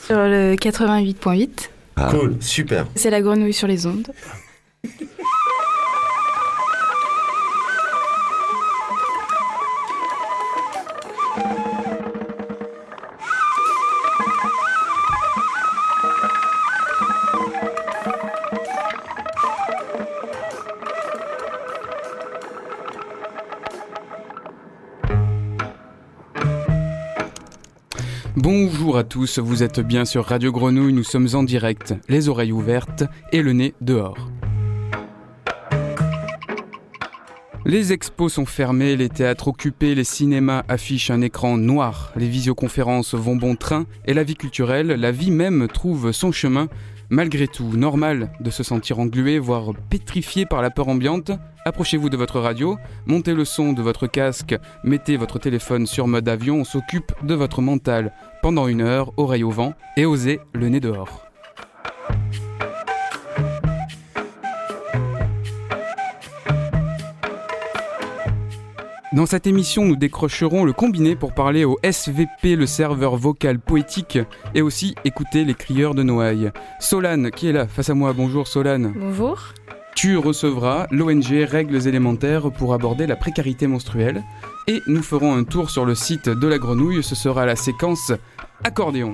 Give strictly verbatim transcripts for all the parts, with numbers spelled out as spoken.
Sur le quatre-vingt-huit virgule huit. Ah. Cool, super. C'est la grenouille sur les ondes. Bonjour à tous, vous êtes bien sur Radio Grenouille, nous sommes en direct, les oreilles ouvertes et le nez dehors. Les expos sont fermés, les théâtres occupés, les cinémas affichent un écran noir, les visioconférences vont bon train et la vie culturelle, la vie même trouve son chemin. Malgré tout, normal de se sentir englué, voire pétrifié par la peur ambiante. Approchez-vous de votre radio, montez le son de votre casque, mettez votre téléphone sur mode avion, on s'occupe de votre mental pendant une heure, oreille au vent, et osez le nez dehors. Dans cette émission, nous décrocherons le combiné pour parler au S V P, le serveur vocal poétique, et aussi écouter les crieurs de Noailles. Solane, qui est là, face à moi. Bonjour Solane. Bonjour. Tu recevras l'O N G Règles élémentaires pour aborder la précarité menstruelle. Et nous ferons un tour sur le site de la Grenouille, ce sera la séquence accordéon.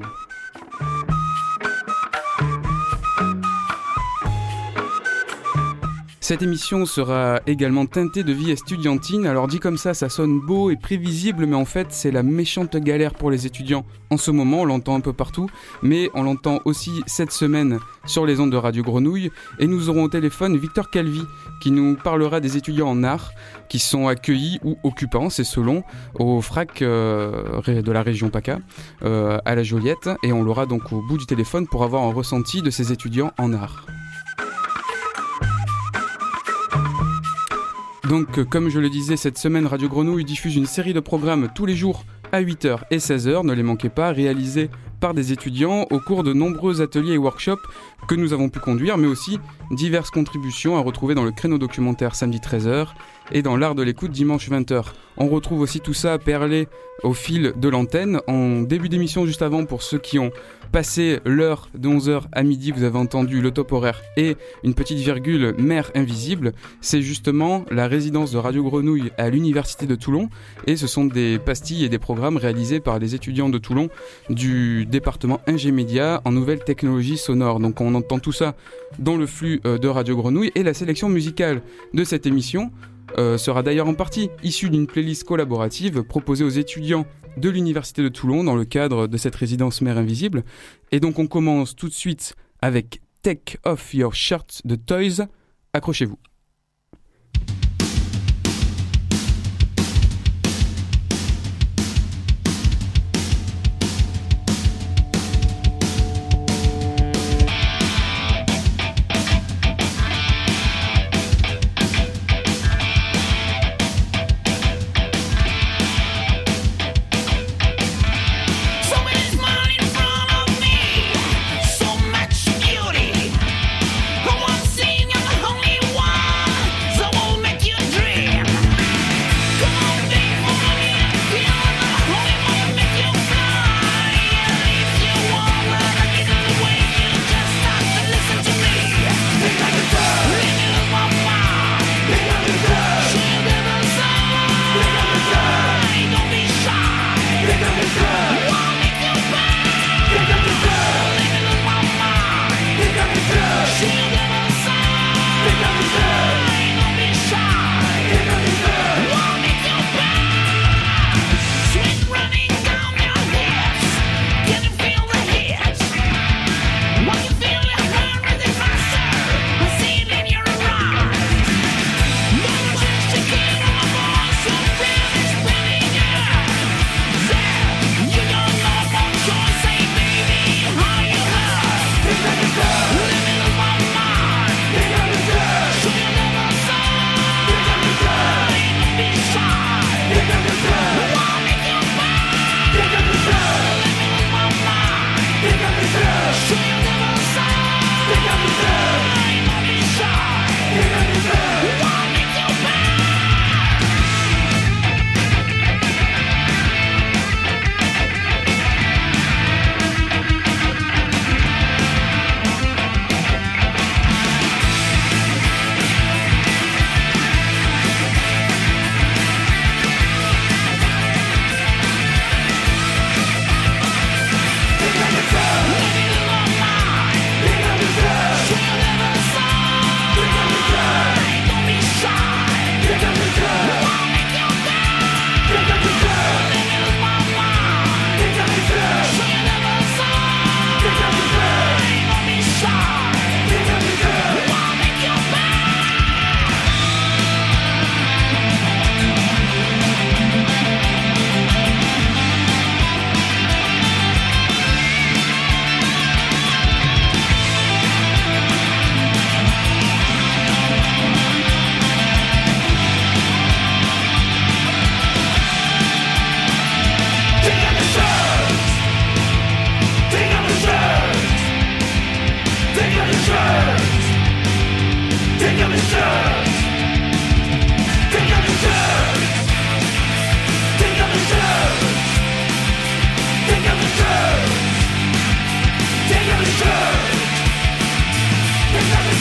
Cette émission sera également teintée de vie estudiantine, alors dit comme ça, ça sonne beau et prévisible, mais en fait c'est la méchante galère pour les étudiants. En ce moment, on l'entend un peu partout, mais on l'entend aussi cette semaine sur les ondes de Radio Grenouille, et nous aurons au téléphone Victor Calvi, qui nous parlera des étudiants en art, qui sont accueillis ou occupants, c'est selon, au FRAC euh, de la région PACA, euh, à la Joliette, et on l'aura donc au bout du téléphone pour avoir un ressenti de ces étudiants en art. Donc, comme je le disais, cette semaine, Radio Grenouille diffuse une série de programmes tous les jours à huit heures et seize heures, ne les manquez pas, réalisés par des étudiants au cours de nombreux ateliers et workshops que nous avons pu conduire, mais aussi diverses contributions à retrouver dans le créneau documentaire samedi treize heures et dans l'art de l'écoute dimanche vingt heures. On retrouve aussi tout ça perlé au fil de l'antenne. En début d'émission, juste avant, pour ceux qui ont passé l'heure de onze heures à midi, vous avez entendu le top horaire et une petite virgule Mère invisible. C'est justement la résidence de Radio Grenouille à l'Université de Toulon, et ce sont des pastilles et des programmes réalisés par les étudiants de Toulon du département Ingé-Média en nouvelles technologies sonores. Donc on entend tout ça dans le flux de Radio Grenouille, et la sélection musicale de cette émission euh, sera d'ailleurs en partie issue d'une playlist collaborative proposée aux étudiants de l'Université de Toulon dans le cadre de cette résidence Mère Invisible. Et donc on commence tout de suite avec Take Off Your Shirt de Toys. Accrochez-vous. One scene, you're the only one.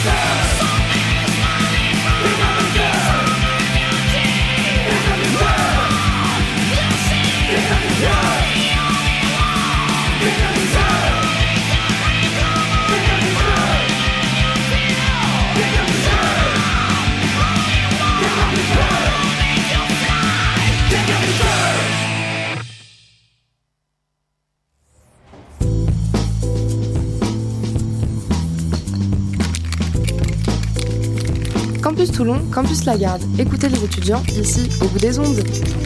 Campus Toulon, Campus Lagarde. Écoutez les étudiants d'ici au bout des ondes.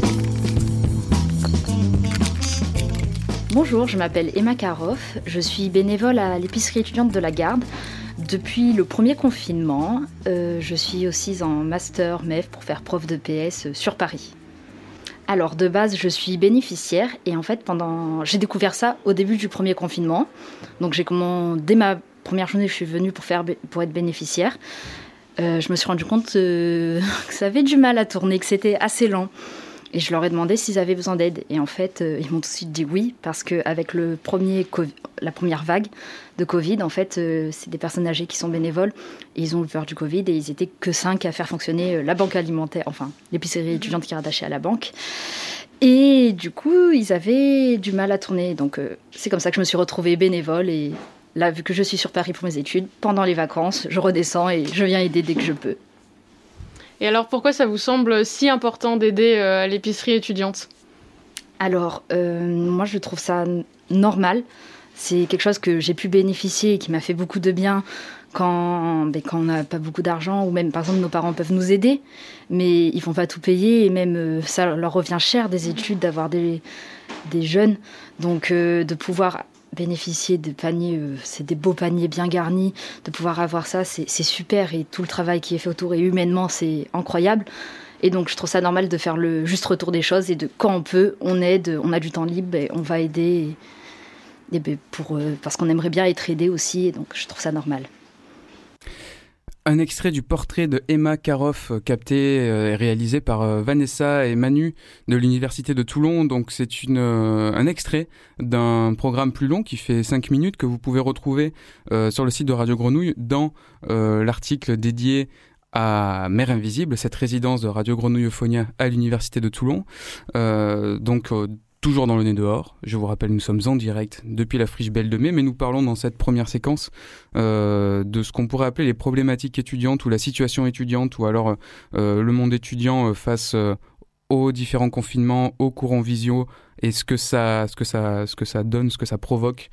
Bonjour, je m'appelle Emma Karoff. Je suis bénévole à l'épicerie étudiante de la Garde depuis le premier confinement. Euh, je suis aussi en master M E F pour faire prof de P S sur Paris. Alors de base, je suis bénéficiaire et en fait, pendant, j'ai découvert ça au début du premier confinement. Donc j'ai comment, dès ma première journée, je suis venue pour faire pour être bénéficiaire. Euh, je me suis rendu compte euh, que ça avait du mal à tourner, que c'était assez lent. Et je leur ai demandé s'ils avaient besoin d'aide. Et en fait, euh, ils m'ont tout de suite dit oui, parce qu'avec le premier COVID, la première vague de Covid, en fait, euh, c'est des personnes âgées qui sont bénévoles. Et ils ont eu peur du Covid et ils étaient que cinq à faire fonctionner euh, la banque alimentaire, enfin, l'épicerie étudiante qui est rattachée à la banque. Et du coup, ils avaient du mal à tourner. Donc, euh, c'est comme ça que je me suis retrouvée bénévole. Et là, vu que je suis sur Paris pour mes études, pendant les vacances, je redescends et je viens aider dès que je peux. Et alors, pourquoi ça vous semble si important d'aider euh, à l'épicerie étudiante ? Alors, euh, moi, je trouve ça normal. C'est quelque chose que j'ai pu bénéficier et qui m'a fait beaucoup de bien quand, ben, quand on n'a pas beaucoup d'argent ou même, par exemple, nos parents peuvent nous aider, mais ils ne vont pas tout payer et même euh, ça leur revient cher des études d'avoir des, des jeunes. Donc, euh, de pouvoir bénéficier de paniers, euh, c'est des beaux paniers bien garnis, de pouvoir avoir ça, c'est, c'est super et tout le travail qui est fait autour et humainement, c'est incroyable. Et donc, je trouve ça normal de faire le juste retour des choses et de quand on peut, on aide, on a du temps libre, et on va aider et, et ben pour, euh, parce qu'on aimerait bien être aidé aussi et donc je trouve ça normal. Un extrait du portrait de Emma Karoff, capté euh, et réalisé par euh, Vanessa et Manu de l'Université de Toulon. Donc c'est une, euh, un extrait d'un programme plus long qui fait cinq minutes que vous pouvez retrouver euh, sur le site de Radio Grenouille dans euh, l'article dédié à Mère Invisible, cette résidence de Radio Grenouille Euphonia à l'Université de Toulon. Euh, donc euh, toujours dans le nez dehors. Je vous rappelle, nous sommes en direct depuis la Friche Belle de Mai, mais nous parlons dans cette première séquence euh, de ce qu'on pourrait appeler les problématiques étudiantes ou la situation étudiante ou alors euh, le monde étudiant face euh, aux différents confinements, aux cours en visio et ce que ça, ce que ça, ce que ça donne, ce que ça provoque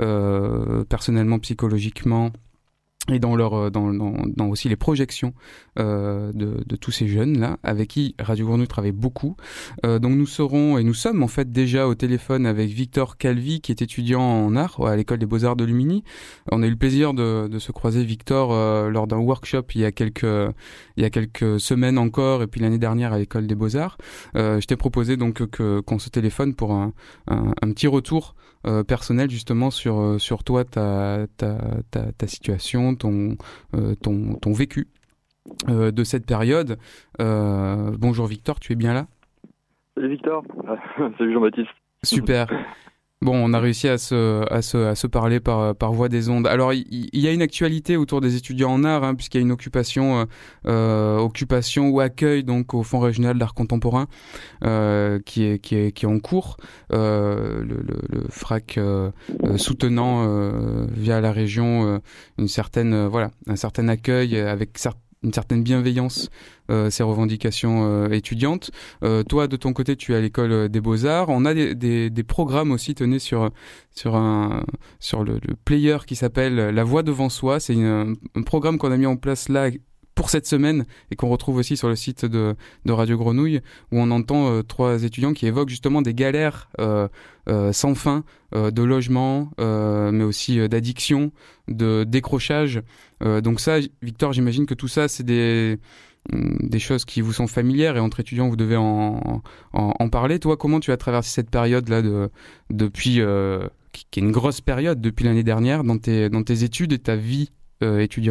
euh, personnellement, psychologiquement. Et dans leur dans, dans, dans aussi les projections euh, de, de tous ces jeunes là avec qui Radio Grenouille travaille beaucoup. Euh, donc nous serons et nous sommes en fait déjà au téléphone avec Victor Calvi qui est étudiant en art à l'école des Beaux-Arts de Lumini. On a eu le plaisir de, de se croiser Victor euh, lors d'un workshop il y a quelques il y a quelques semaines encore et puis l'année dernière à l'école des Beaux-Arts. Euh, je t'ai proposé donc que qu'on se téléphone pour un un, un petit retour Euh, personnel justement sur euh, sur toi ta ta ta, ta situation ton euh, ton ton vécu euh, de cette période. Euh, bonjour Victor, tu es bien là ? Salut Victor. Salut Jean-Baptiste. Super. Bon, on a réussi à se, à se, à se parler par, par voie des ondes. Alors, il y, y a une actualité autour des étudiants en art, hein, puisqu'il y a une occupation, euh, occupation ou accueil donc au Fonds régional d'art contemporain euh, qui est, qui est, qui est en cours. Euh, le, le, le F R A C euh, euh, soutenant euh, via la région euh, une certaine, euh, voilà, un certain accueil avec certains une certaine bienveillance, euh, ces revendications euh, étudiantes. Euh, toi, de ton côté, tu es à l'école des Beaux-Arts. On a des, des, des programmes aussi, tenez, sur, sur, un, sur le, le player qui s'appelle La Voix devant soi. C'est une, un programme qu'on a mis en place là pour cette semaine et qu'on retrouve aussi sur le site de, de Radio Grenouille, où on entend euh, trois étudiants qui évoquent justement des galères euh, euh, sans fin euh, de logement, euh, mais aussi euh, d'addiction, de décrochage. Euh, donc ça, Victor, j'imagine que tout ça, c'est des, des choses qui vous sont familières et entre étudiants, vous devez en, en, en parler. Toi, comment tu as traversé cette période-là de, depuis, euh, qui, qui est une grosse période depuis l'année dernière dans tes, dans tes études et ta vie euh, étudiante ?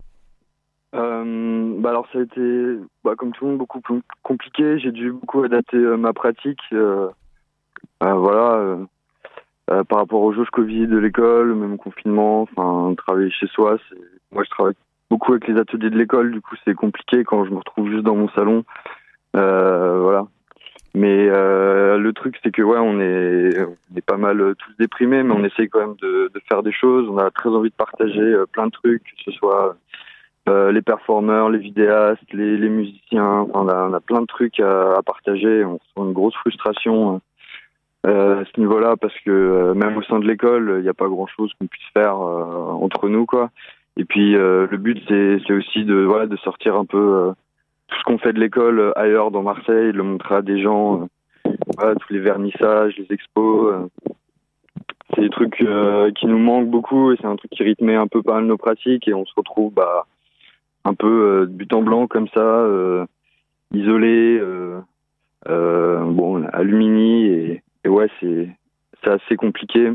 Euh, bah alors ça a été, bah, comme tout le monde, beaucoup plus compliqué. J'ai dû beaucoup adapter euh, ma pratique, euh, euh, voilà, euh, par rapport aux jauges Covid de l'école, même au confinement, enfin travailler chez soi. C'est... Moi, je travaille beaucoup avec les ateliers de l'école, du coup c'est compliqué quand je me retrouve juste dans mon salon. Euh, voilà. Mais euh, le truc c'est que ouais, on est, on est pas mal tous déprimés, mais on essaye quand même de, de faire des choses. On a très envie de partager euh, plein de trucs, que ce soit euh, les performeurs, les vidéastes, les, les musiciens. Enfin, on, a, on a plein de trucs à, à partager. On ressent une grosse frustration euh, à ce niveau-là parce que euh, même au sein de l'école, il n'y a pas grand-chose qu'on puisse faire euh, entre nous, quoi. Et puis euh, le but c'est, c'est aussi de, voilà, de sortir un peu euh, tout ce qu'on fait de l'école ailleurs dans Marseille, de le montrer à des gens, euh, voilà, tous les vernissages, les expos. Euh, c'est des trucs euh, qui nous manquent beaucoup et c'est un truc qui rythmait un peu pas mal nos pratiques et on se retrouve bah, un peu euh, de but en blanc comme ça, euh, isolé, euh, euh, bon, à Lumini et, et ouais, c'est, c'est assez compliqué.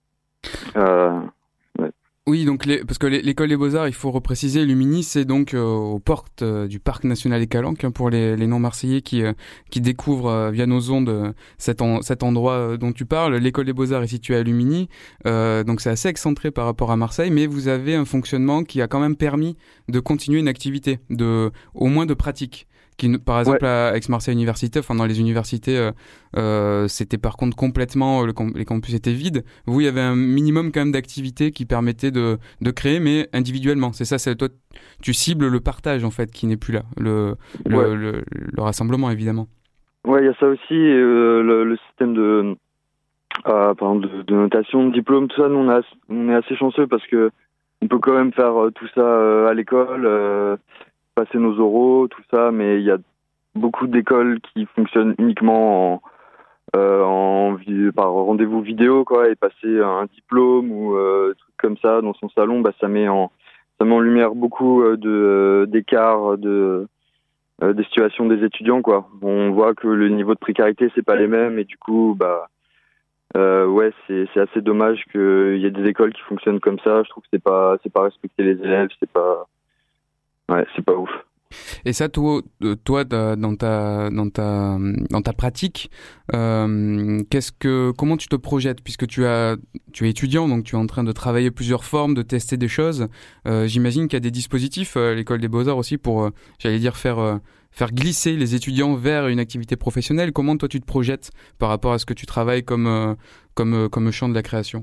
Euh, Oui, donc les, parce que l'école des Beaux-Arts, il faut repréciser, Lumini, c'est donc euh, aux portes euh, du parc national des Calanques, hein, pour les, les non-marseillais qui, euh, qui découvrent euh, via nos ondes euh, cet, en, cet endroit euh, dont tu parles. L'école des Beaux-Arts est située à Lumini, euh, donc c'est assez excentré par rapport à Marseille, mais vous avez un fonctionnement qui a quand même permis de continuer une activité, de, au moins de pratique. Qui, par exemple, ouais. à Aix-Marseille Université, enfin dans les universités, euh, euh, c'était par contre complètement, le, les campus étaient vides. Vous, il y avait un minimum quand même d'activités qui permettaient de, de créer, mais individuellement. C'est ça, c'est toi, tu cibles le partage en fait, qui n'est plus là, le, le, ouais. le, le, le rassemblement évidemment. Ouais, il y a ça aussi, euh, le, le système de, euh, par exemple, de, de notation, de diplôme, tout ça. Nous, on, a, on est assez chanceux parce que on peut quand même faire euh, tout ça euh, à l'école. Euh, passer nos oraux, tout ça, mais il y a beaucoup d'écoles qui fonctionnent uniquement en, euh, en par rendez-vous vidéo, quoi, et passer un diplôme ou euh, truc comme ça dans son salon, bah ça met en ça met en lumière beaucoup de d'écart de euh, des situations des étudiants, quoi. On voit que le niveau de précarité c'est pas les mêmes et du coup bah euh, ouais c'est c'est assez dommage qu'il y ait des écoles qui fonctionnent comme ça. Je trouve que c'est pas c'est pas respecter les élèves, c'est pas Ouais, c'est pas ouf. Et ça, toi, toi dans ta dans ta dans ta pratique, euh, qu'est-ce que comment tu te projettes puisque tu as tu es étudiant, donc tu es en train de travailler plusieurs formes, de tester des choses. Euh, j'imagine qu'il y a des dispositifs à l'école des Beaux-Arts aussi pour, euh, j'allais dire faire euh, faire glisser les étudiants vers une activité professionnelle. Comment toi tu te projettes par rapport à ce que tu travailles comme euh, comme euh, comme champ de la création?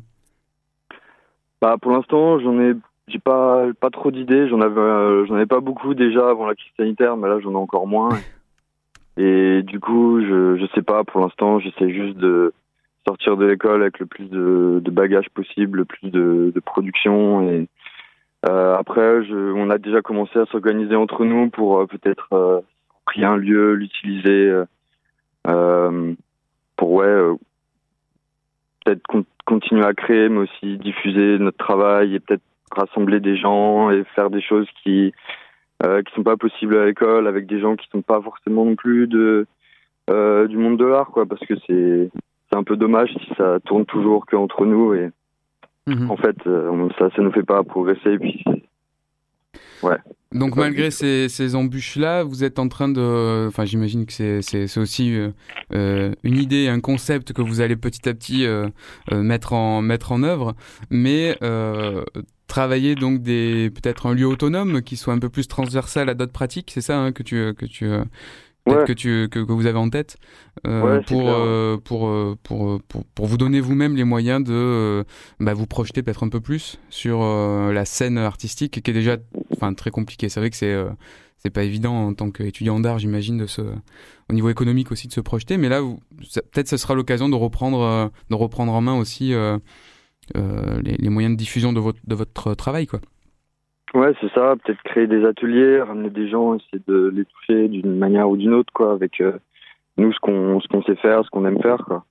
Bah pour l'instant, j'en ai J'ai pas pas trop d'idées, j'en avais euh, j'en avais pas beaucoup déjà avant la crise sanitaire, mais là j'en ai encore moins. Et du coup, je je sais pas, pour l'instant, j'essaie juste de sortir de l'école avec le plus de, de bagages possible, le plus de, de production. Et euh, après, je, on a déjà commencé à s'organiser entre nous pour euh, peut-être euh, prier un lieu, l'utiliser euh, euh, pour ouais euh, peut-être con- continuer à créer, mais aussi diffuser notre travail et peut-être rassembler des gens et faire des choses qui euh, qui sont pas possibles à l'école avec des gens qui sont pas forcément non plus de euh, du monde de l'art, quoi, parce que c'est c'est un peu dommage si ça tourne toujours que entre nous et mmh. en fait euh, ça ça nous fait pas progresser et puis ouais. Donc malgré ces, ces embûches-là, vous êtes en train de... Enfin, j'imagine que c'est, c'est, c'est aussi euh, une idée, un concept que vous allez petit à petit euh, euh, mettre en mettre en œuvre, mais euh, travailler donc des peut-être un lieu autonome qui soit un peu plus transversal à d'autres pratiques, c'est ça hein, que tu que tu peut-être ouais. que tu que, que vous avez en tête euh, ouais, pour, euh, pour, euh, pour pour pour vous donner vous-même les moyens de euh, bah, vous projeter peut-être un peu plus sur euh, la scène artistique qui est déjà enfin très compliquée. C'est vrai que c'est euh, c'est pas évident en tant qu'étudiant d'art, j'imagine, de se au niveau économique aussi de se projeter, mais là vous, ça, peut-être ce sera l'occasion de reprendre euh, de reprendre en main aussi euh, euh, les, les moyens de diffusion de votre de votre travail, quoi. Ouais, c'est ça. Peut-être créer des ateliers, ramener des gens, essayer de les toucher d'une manière ou d'une autre, quoi, avec euh, nous ce qu'on ce qu'on sait faire, ce qu'on aime faire, quoi.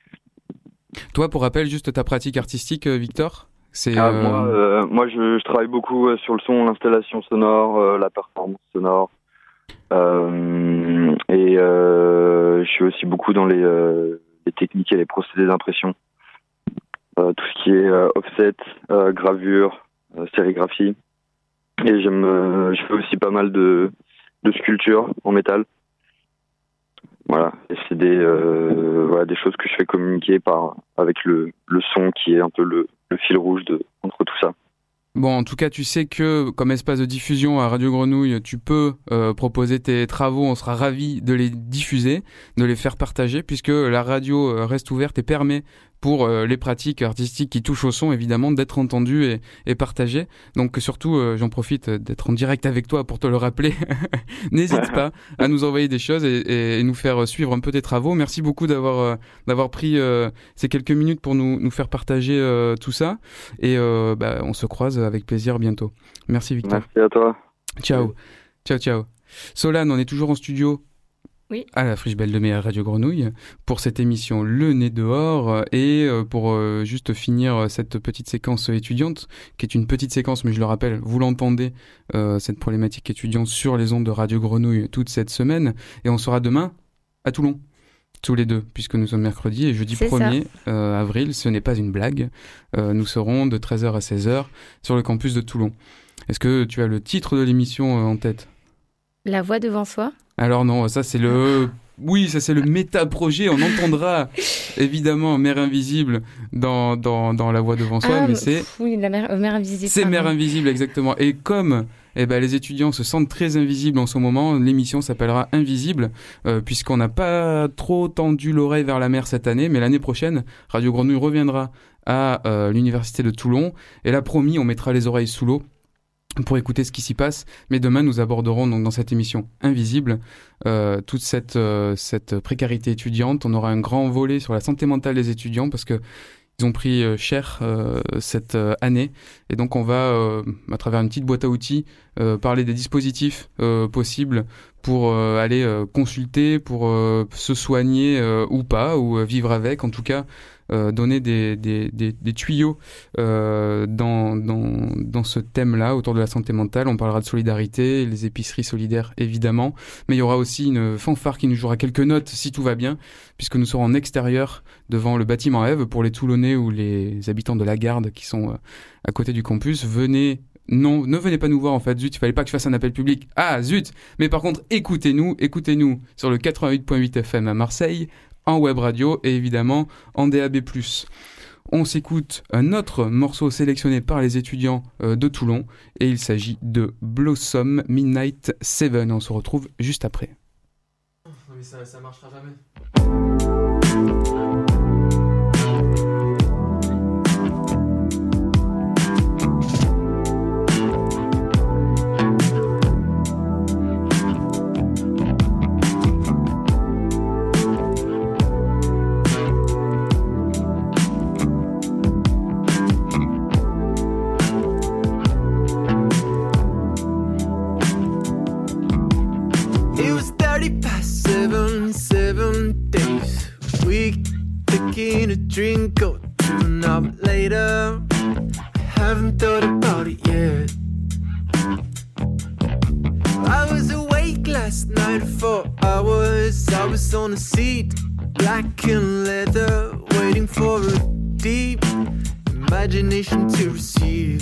Toi, pour rappel, juste ta pratique artistique, Victor, c'est. Ah, euh... Moi, euh, moi, je, je travaille beaucoup sur le son, l'installation sonore, euh, la performance sonore, euh, et euh, je suis aussi beaucoup dans les, euh, les techniques et les procédés d'impression, euh, tout ce qui est euh, offset, euh, gravure, euh, sérigraphie. Et j'aime, euh, je fais aussi pas mal de, de sculptures en métal. Voilà, et c'est des, euh, voilà, des choses que je fais communiquer par, avec le, le son qui est un peu le, le fil rouge de, entre tout ça. Bon, en tout cas, tu sais que comme espace de diffusion à Radio Grenouille, tu peux euh, proposer tes travaux. On sera ravis de les diffuser, de les faire partager, puisque la radio reste ouverte et permet pour euh, les pratiques artistiques qui touchent au son, évidemment, d'être entendues et, et partagées. Donc surtout, euh, j'en profite d'être en direct avec toi pour te le rappeler. N'hésite pas à nous envoyer des choses et, et nous faire suivre un peu tes travaux. Merci beaucoup d'avoir, euh, d'avoir pris euh, ces quelques minutes pour nous, nous faire partager euh, tout ça. Et euh, bah, on se croise avec plaisir bientôt. Merci Victor. Merci à toi. Ciao. Oui. Ciao, ciao. Solane, on est toujours en studio. Oui. À la Friche Belle de Mai à Radio Grenouille pour cette émission Le Nez dehors et pour euh, juste finir cette petite séquence étudiante qui est une petite séquence mais je le rappelle, vous l'entendez euh, cette problématique étudiante sur les ondes de Radio Grenouille toute cette semaine et on sera demain à Toulon tous les deux puisque nous sommes mercredi et jeudi premier euh, avril, ce n'est pas une blague, euh, nous serons de treize heures à seize heures sur le campus de Toulon. Est-ce que tu as le titre de l'émission euh, en tête ? La voix devant soi. Alors non, ça c'est le... Oui, ça c'est le méta-projet. On entendra évidemment Mère Invisible dans, dans, dans La voix devant soi, ah, mais c'est... Oui, la Mère, euh, Mère Invisible. C'est Mère Invisible, exactement. Et comme eh ben, les étudiants se sentent très invisibles en ce moment, l'émission s'appellera Invisible, euh, puisqu'on n'a pas trop tendu l'oreille vers la mer cette année, mais l'année prochaine, Radio Grenouille reviendra à euh, l'université de Toulon. Et là, promis, on mettra les oreilles sous l'eau pour écouter ce qui s'y passe, mais demain nous aborderons donc dans cette émission Invisible euh, toute cette, euh, cette précarité étudiante. On aura un grand volet sur la santé mentale des étudiants parce que ils ont pris euh, cher euh, cette euh, année et donc on va euh, à travers une petite boîte à outils euh, parler des dispositifs euh, possibles pour euh, aller euh, consulter, pour euh, se soigner euh, ou pas, ou euh, vivre avec, en tout cas Euh, donner des, des, des, des tuyaux euh, dans, dans, dans ce thème-là, autour de la santé mentale. On parlera de solidarité, les épiceries solidaires, évidemment. Mais il y aura aussi une fanfare qui nous jouera quelques notes, si tout va bien, puisque nous serons en extérieur, devant le bâtiment Ève, pour les Toulonnais ou les habitants de la Garde qui sont euh, à côté du campus. Venez... Non, ne venez pas nous voir en fait, zut, il fallait pas que je fasse un appel public. Ah, zut. Mais par contre, écoutez-nous, écoutez-nous sur le quatre-vingt-huit virgule huit F M à Marseille, en web radio et évidemment en D A B plus. On s'écoute un autre morceau sélectionné par les étudiants euh, de Toulon et il s'agit de Blossom Midnight Seven. On se retrouve juste après. Non mais ça, ça marchera jamais. A drink or two now later, I haven't thought about it yet. I was awake last night for hours. I was on a seat, black and leather, waiting for a deep imagination to receive.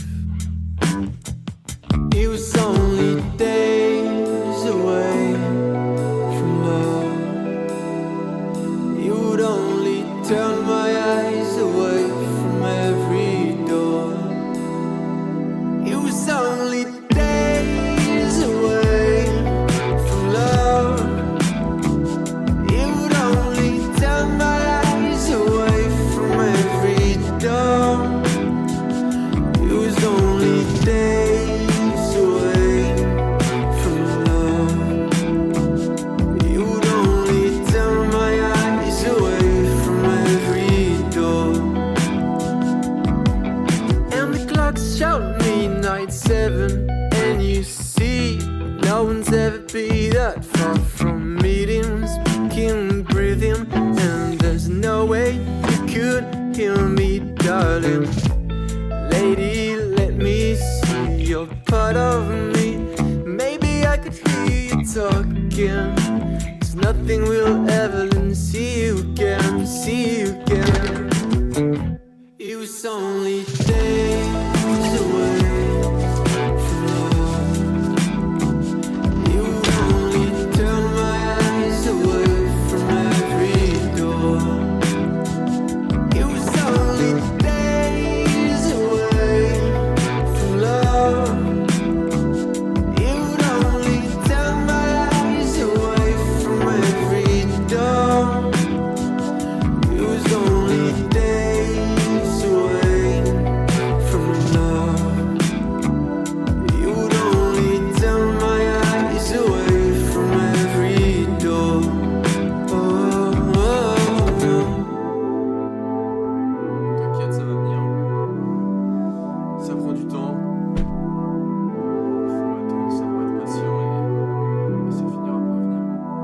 It was only days away from love. It would only turn my eyes away from every door. It was only days away from love. It would only turn my eyes away from every door. It was only days away from love. It would only turn my eyes away from every door. And the clock showed me night seven. And you see, no one's ever been that far from meeting, speaking, breathing. And there's no way you could hear me, darling. Lady, let me see you're part of me. Maybe I could hear you talking. Cause nothing will ever let me see you again, see you again. It was only days away from love. It would only turn my eyes away from every door. It was only days away from love. Ça prend du temps. Il faut attendre, savoir être patient et, et ça finira par venir.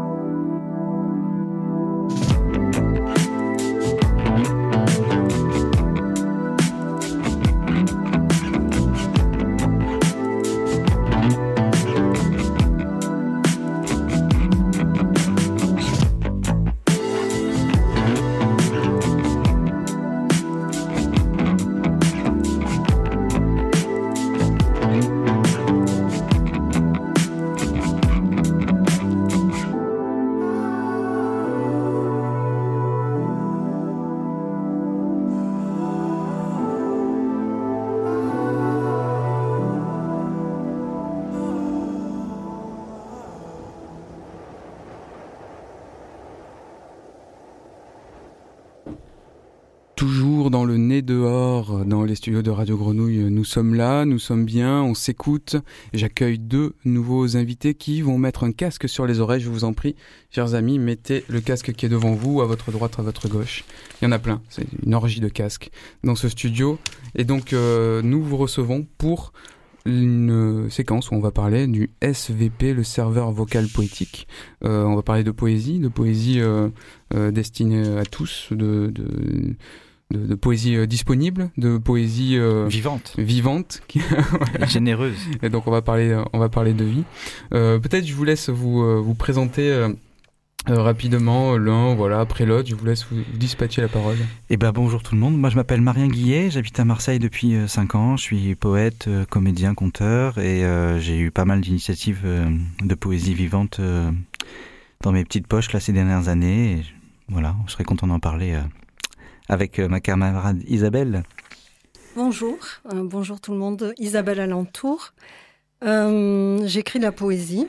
Toujours dans le nez dehors, dans les studios de Radio Grenouille, nous sommes là, nous sommes bien, on s'écoute. J'accueille deux nouveaux invités qui vont mettre un casque sur les oreilles, je vous en prie. Chers amis, mettez le casque qui est devant vous, à votre droite, à votre gauche. Il y en a plein, c'est une orgie de casques dans ce studio. Et donc, euh, nous vous recevons pour une séquence où on va parler du S V P, le serveur vocal poétique. Euh, on va parler de poésie, de poésie euh, euh, destinée à tous, de... de De, de poésie euh, disponible, de poésie euh, vivante, vivante, voilà. Généreuse. Et donc on va parler, euh, on va parler de vie. Euh, peut-être je vous laisse vous euh, vous présenter euh, euh, rapidement l'un, voilà, après l'autre. Je vous laisse vous, vous dispatcher la parole. Eh ben bonjour tout le monde. Moi je m'appelle Marien Guillet, j'habite à Marseille depuis euh, cinq ans. Je suis poète, euh, comédien, conteur, et euh, j'ai eu pas mal d'initiatives euh, de poésie vivante euh, dans mes petites poches là ces dernières années. Et, voilà, je serais content d'en parler. Euh, avec ma camarade Isabelle. Bonjour, euh, bonjour tout le monde, Isabelle Alentour. Euh, j'écris de la poésie,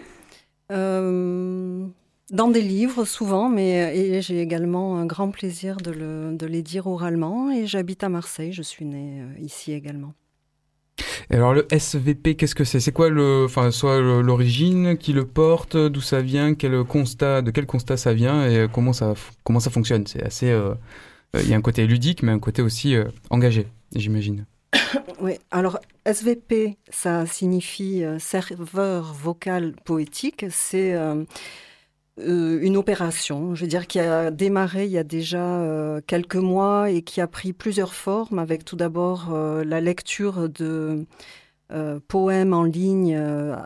euh, dans des livres souvent, mais et j'ai également un grand plaisir de, le, de les dire oralement, et j'habite à Marseille, je suis née euh, ici également. Et alors le S V P, qu'est-ce que c'est ? C'est quoi le, enfin soit le, l'origine, qui le porte, d'où ça vient, quel constat, de quel constat ça vient et comment ça, comment ça fonctionne ? C'est assez... Euh... Il y a un côté ludique, mais un côté aussi euh, engagé, j'imagine. Oui, alors S V P, ça signifie euh, serveur vocal poétique. C'est euh, euh, une opération, je veux dire, qui a démarré il y a déjà euh, quelques mois et qui a pris plusieurs formes, avec tout d'abord euh, la lecture de euh, poèmes en ligne euh,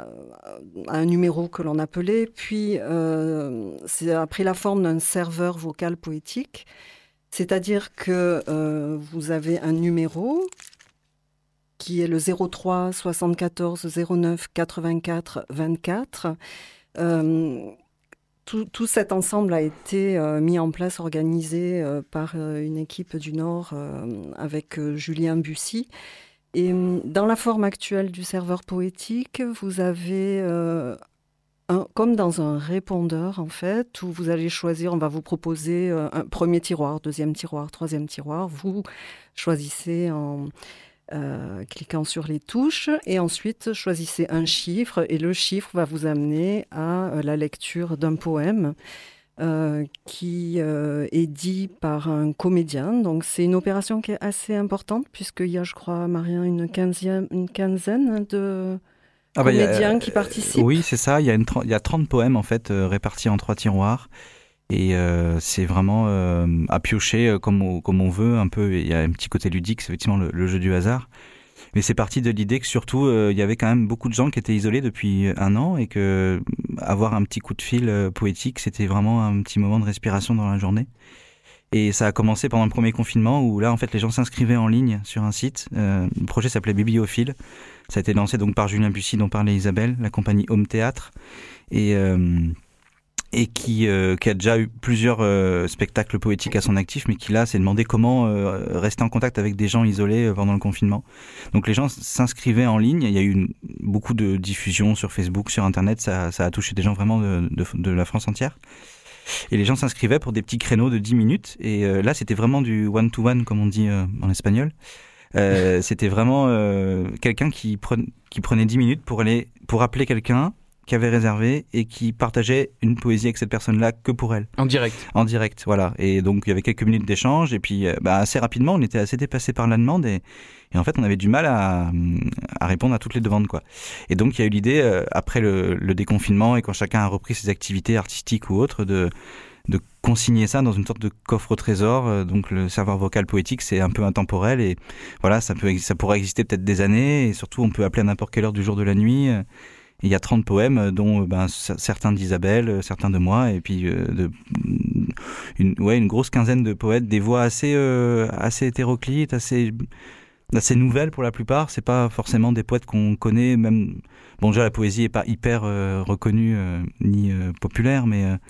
à un numéro que l'on appelait, puis euh, ça a pris la forme d'un serveur vocal poétique. C'est-à-dire que euh, vous avez un numéro qui est le zéro trois soixante-quatorze zéro neuf quatre-vingt-quatre vingt-quatre. Euh, tout, tout cet ensemble a été euh, mis en place, organisé euh, par euh, une équipe du Nord euh, avec euh, Julien Bussy. Et dans la forme actuelle du serveur poétique, vous avez... Euh, Un, comme dans un répondeur, en fait, où vous allez choisir, on va vous proposer un premier tiroir, deuxième tiroir, troisième tiroir. Vous choisissez en euh, cliquant sur les touches et ensuite choisissez un chiffre et le chiffre va vous amener à euh, la lecture d'un poème euh, qui euh, est dit par un comédien. Donc c'est une opération qui est assez importante puisqu'il y a, je crois, Marien, une quinzaine, une quinzaine de... Ah bah comédiens a, qui participent. Oui, c'est ça. Il y a, une, il y a trente poèmes en fait euh, répartis en trois tiroirs. Et euh, c'est vraiment euh, à piocher euh, comme, on, comme on veut. Un peu, il y a un petit côté ludique, c'est effectivement le, le jeu du hasard. Mais c'est parti de l'idée que surtout, euh, il y avait quand même beaucoup de gens qui étaient isolés depuis un an et que avoir un petit coup de fil euh, poétique, c'était vraiment un petit moment de respiration dans la journée. Et ça a commencé pendant le premier confinement où là, en fait, les gens s'inscrivaient en ligne sur un site. Euh, le projet s'appelait Bibliophile. Ça a été lancé donc par Julien Bussy, dont parlait Isabelle, la compagnie Home Théâtre, et, euh, et qui, euh, qui a déjà eu plusieurs euh, spectacles poétiques à son actif, mais qui là s'est demandé comment euh, rester en contact avec des gens isolés pendant le confinement. Donc les gens s'inscrivaient en ligne. Il y a eu une, beaucoup de diffusion sur Facebook, sur Internet. Ça, ça a touché des gens vraiment de, de, de la France entière. Et les gens s'inscrivaient pour des petits créneaux de dix minutes. Et euh, là, c'était vraiment du one-to-one, comme on dit euh, en espagnol. Euh, c'était vraiment euh, quelqu'un qui, pren- qui prenait dix minutes pour, aller, pour appeler quelqu'un qui avait réservé et qui partageait une poésie avec cette personne-là que pour elle. En direct. En direct, voilà. Et donc il y avait quelques minutes d'échange et puis bah, assez rapidement on était assez dépassé par la demande et, et en fait on avait du mal à, à répondre à toutes les demandes, quoi. Et donc il y a eu l'idée euh, après le, le déconfinement et quand chacun a repris ses activités artistiques ou autres de de consigner ça dans une sorte de coffre au trésor. Donc le serveur vocal poétique, c'est un peu intemporel et voilà, ça peut ça pourrait exister peut-être des années et surtout on peut appeler à n'importe quelle heure du jour de la nuit. Il y a trente poèmes, dont ben, certains d'Isabelle, certains de moi, et puis euh, de, une, ouais, une grosse quinzaine de poètes, des voix assez, euh, assez hétéroclites, assez, assez nouvelles pour la plupart. C'est pas forcément des poètes qu'on connaît, même. Bon, déjà la poésie est pas hyper euh, reconnue euh, ni euh, populaire, mais euh,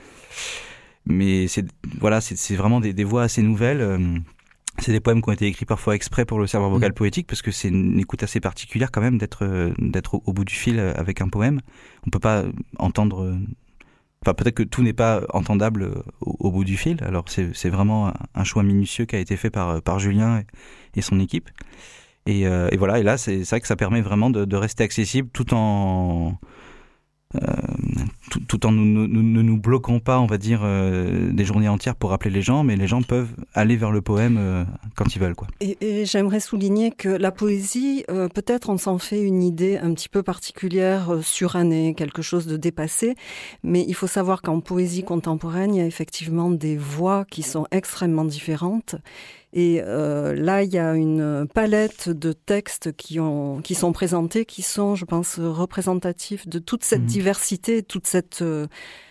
mais c'est voilà, c'est, c'est vraiment des, des voix assez nouvelles. Euh, C'est des poèmes qui ont été écrits parfois exprès pour le serveur vocal poétique parce que c'est une écoute assez particulière quand même d'être d'être au, au bout du fil avec un poème. On peut pas entendre. Enfin, peut-être que tout n'est pas entendable au, au bout du fil. Alors c'est c'est vraiment un choix minutieux qui a été fait par par Julien et, et son équipe. Et, euh, et voilà. Et là, c'est, c'est vrai que ça permet vraiment de, de rester accessible tout en Euh, tout, tout en ne nous, nous, nous, nous bloquant pas, on va dire, euh, des journées entières pour rappeler les gens, mais les gens peuvent aller vers le poème euh, quand ils veulent, quoi. Et, et j'aimerais souligner que la poésie, euh, peut-être on s'en fait une idée un petit peu particulière, euh, surannée, quelque chose de dépassé, mais il faut savoir qu'en poésie contemporaine, il y a effectivement des voix qui sont extrêmement différentes. Et euh, là, il y a une palette de textes qui, ont, qui sont présentés, qui sont, je pense, représentatifs de toute cette mmh. diversité, toute cette euh,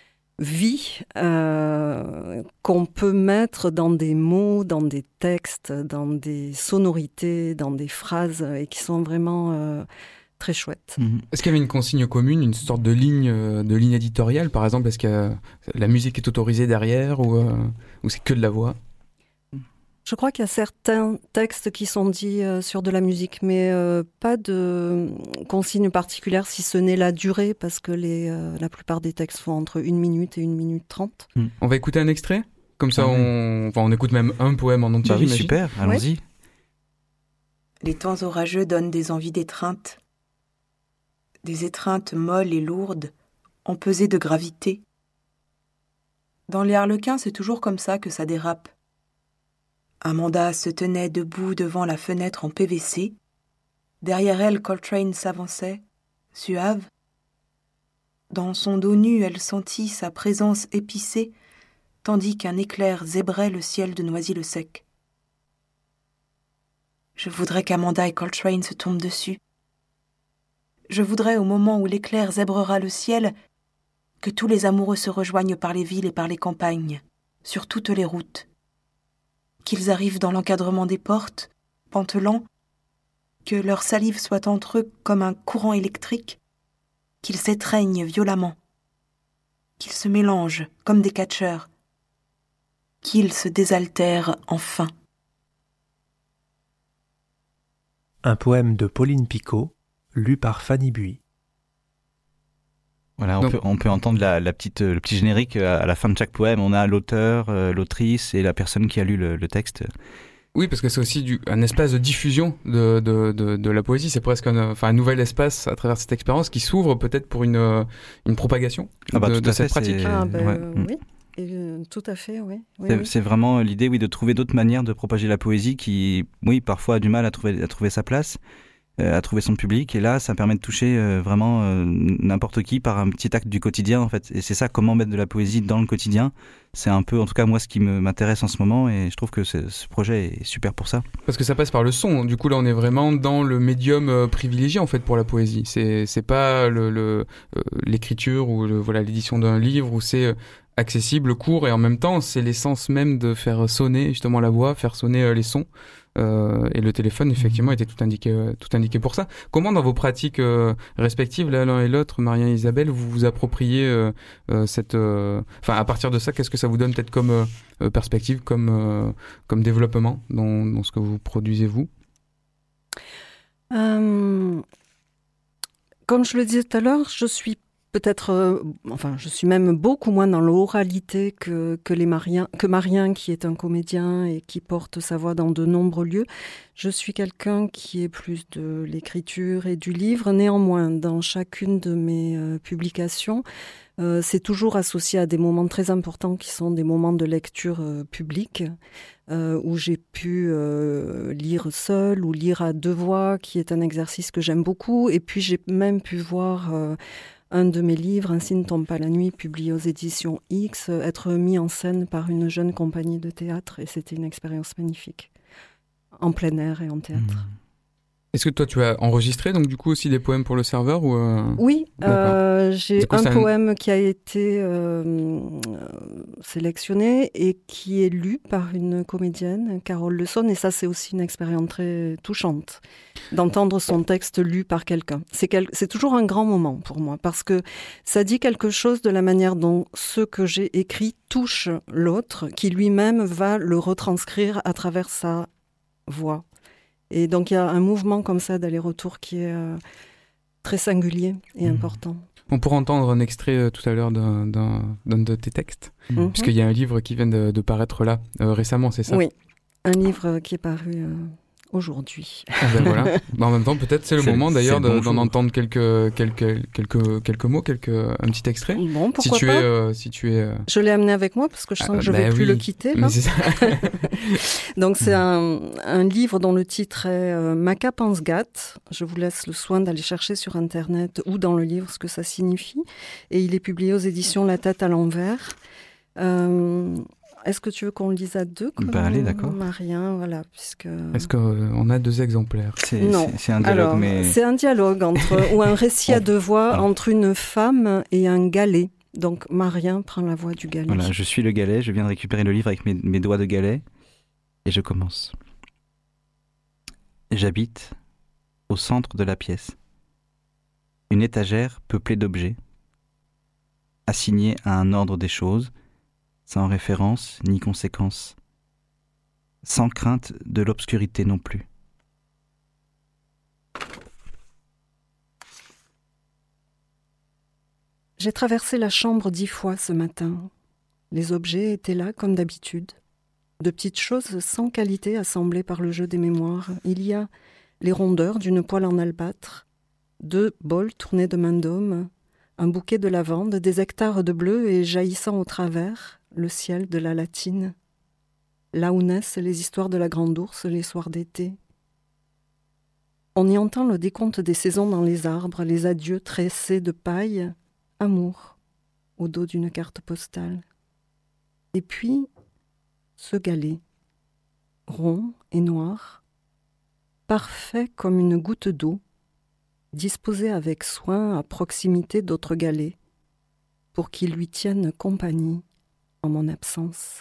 vie euh, qu'on peut mettre dans des mots, dans des textes, dans des sonorités, dans des phrases, et qui sont vraiment euh, très chouettes. Mmh. Est-ce qu'il y avait une consigne commune, une sorte de ligne, de ligne éditoriale, par exemple? Est-ce que la musique est autorisée derrière ou, euh, ou c'est que de la voix? Je crois qu'il y a certains textes qui sont dits euh, sur de la musique, mais euh, pas de consigne particulière, si ce n'est la durée, parce que les, euh, la plupart des textes font entre une minute et une minute trente. Mmh. On va écouter un extrait? Comme ça, ah, on... Oui. Enfin, on écoute même un poème en entier, bah oui, super, allons-y. Ouais. Les temps orageux donnent des envies d'étreinte. Des étreintes molles et lourdes, empesées de gravité. Dans les Harlequins, c'est toujours comme ça que ça dérape. Amanda se tenait debout devant la fenêtre en P V C. Derrière elle, Coltrane s'avançait, suave. Dans son dos nu, elle sentit sa présence épicée, tandis qu'un éclair zébrait le ciel de Noisy-le-Sec. Je voudrais qu'Amanda et Coltrane se tombent dessus. Je voudrais, au moment où l'éclair zébrera le ciel, que tous les amoureux se rejoignent par les villes et par les campagnes, sur toutes les routes. Qu'ils arrivent dans l'encadrement des portes, pantelants, que leur salive soit entre eux comme un courant électrique, qu'ils s'étreignent violemment, qu'ils se mélangent comme des catcheurs, qu'ils se désaltèrent enfin. Un poème de Pauline Picot, lu par Fanny Buis. Voilà, on, Donc, peut, on peut entendre la, la petite, le petit générique à la fin de chaque poème. On a l'auteur, euh, l'autrice et la personne qui a lu le, le texte. Oui, parce que c'est aussi du, un espace de diffusion de, de, de, de la poésie. C'est presque un, enfin, un nouvel espace à travers cette expérience qui s'ouvre peut-être pour une, une propagation ah bah, de, de cette fait, pratique. Ah ben ouais. euh, oui, et, euh, tout à fait, oui. oui, c'est, oui. c'est vraiment l'idée, oui, de trouver d'autres manières de propager la poésie qui, oui, parfois a du mal à trouver, à trouver sa place. À trouver son public, et là ça permet de toucher euh, vraiment euh, n'importe qui par un petit acte du quotidien en fait, et c'est ça, comment mettre de la poésie dans le quotidien, c'est un peu en tout cas moi ce qui me, m'intéresse en ce moment, et je trouve que ce, ce projet est super pour ça. Parce que ça passe par le son, du coup là on est vraiment dans le médium euh, privilégié en fait pour la poésie, c'est, c'est pas le, le, euh, l'écriture ou le, voilà, l'édition d'un livre où c'est euh, accessible, court, et en même temps c'est l'essence même de faire sonner justement la voix, faire sonner euh, les sons. Euh, et le téléphone, effectivement, était tout indiqué, euh, tout indiqué pour ça. Comment, dans vos pratiques euh, respectives, là, l'un et l'autre, Marien et Isabelle, vous vous appropriez euh, euh, cette... Enfin, euh, à partir de ça, qu'est-ce que ça vous donne peut-être comme euh, perspective, comme, euh, comme développement dans, dans ce que vous produisez, vous euh, Comme je le disais tout à l'heure, je suis peut-être, euh, enfin, je suis même beaucoup moins dans l'oralité que, que, les Mariens, que Marien, qui est un comédien et qui porte sa voix dans de nombreux lieux. Je suis quelqu'un qui est plus de l'écriture et du livre. Néanmoins, dans chacune de mes euh, publications, euh, c'est toujours associé à des moments très importants qui sont des moments de lecture euh, publique, euh, où j'ai pu euh, lire seule ou lire à deux voix, qui est un exercice que j'aime beaucoup. Et puis j'ai même pu voir euh, un de mes livres, Ainsi ne tombe pas la nuit, publié aux éditions X, être mis en scène par une jeune compagnie de théâtre. Et c'était une expérience magnifique, en plein air et en théâtre. Mmh. Est-ce que toi, tu as enregistré donc du coup aussi des poèmes pour le serveur ou euh... Oui, euh, j'ai un poème un... qui a été euh, sélectionné et qui est lu par une comédienne, Carole Leçon, et ça c'est aussi une expérience très touchante, d'entendre son texte lu par quelqu'un. C'est, quel... c'est toujours un grand moment pour moi, parce que ça dit quelque chose de la manière dont ce que j'ai écrit touche l'autre, qui lui-même va le retranscrire à travers sa voix. Et donc il y a un mouvement comme ça d'aller-retour qui est euh, très singulier et mmh. important. On pourra entendre un extrait euh, tout à l'heure d'un, d'un, d'un de tes textes, mmh. puisqu'il y a un livre qui vient de, de paraître là euh, récemment, c'est ça ? Oui, un livre qui est paru euh, aujourd'hui. Ah ben voilà. Bah en même temps, peut-être c'est le c'est, moment d'ailleurs de, d'en entendre quelques, quelques, quelques, quelques mots, quelques, un petit extrait. Bon, pourquoi si tu pas. Es, euh, si tu es, euh... Je l'ai amené avec moi parce que je sens ah, que je ne bah vais oui. plus le quitter. Là. C'est ça. Donc c'est un, un livre dont le titre est euh, Maca pense gâte. Je vous laisse le soin d'aller chercher sur Internet ou dans le livre ce que ça signifie. Et il est publié aux éditions La Tête à l'envers. Euh, Est-ce que tu veux qu'on le lise à deux comme bah, allez, d'accord. Marien, voilà, puisque... Est-ce qu'on a deux exemplaires ? c'est, Non. C'est, c'est un dialogue, Alors, mais... c'est un dialogue entre, ou un récit à deux voix Alors. entre une femme et un galet. Donc Marien prend la voix du galet. Voilà, je suis le galet, je viens de récupérer le livre avec mes, mes doigts de galet, et je commence. J'habite au centre de la pièce. Une étagère peuplée d'objets, assignée à un ordre des choses, sans référence ni conséquence, sans crainte de l'obscurité non plus. J'ai traversé la chambre dix fois ce matin. Les objets étaient là comme d'habitude. De petites choses sans qualité assemblées par le jeu des mémoires. Il y a les rondeurs d'une poêle en albâtre, deux bols tournés de main d'homme, un bouquet de lavande, des hectares de bleu et jaillissant au travers, le ciel de la latine. Là où naissent les histoires de la grande ours les soirs d'été. On y entend le décompte des saisons dans les arbres, les adieux tressés de paille, amour, au dos d'une carte postale. Et puis, ce galet, rond et noir, parfait comme une goutte d'eau, disposé avec soin à proximité d'autres galets, pour qu'ils lui tiennent compagnie en mon absence.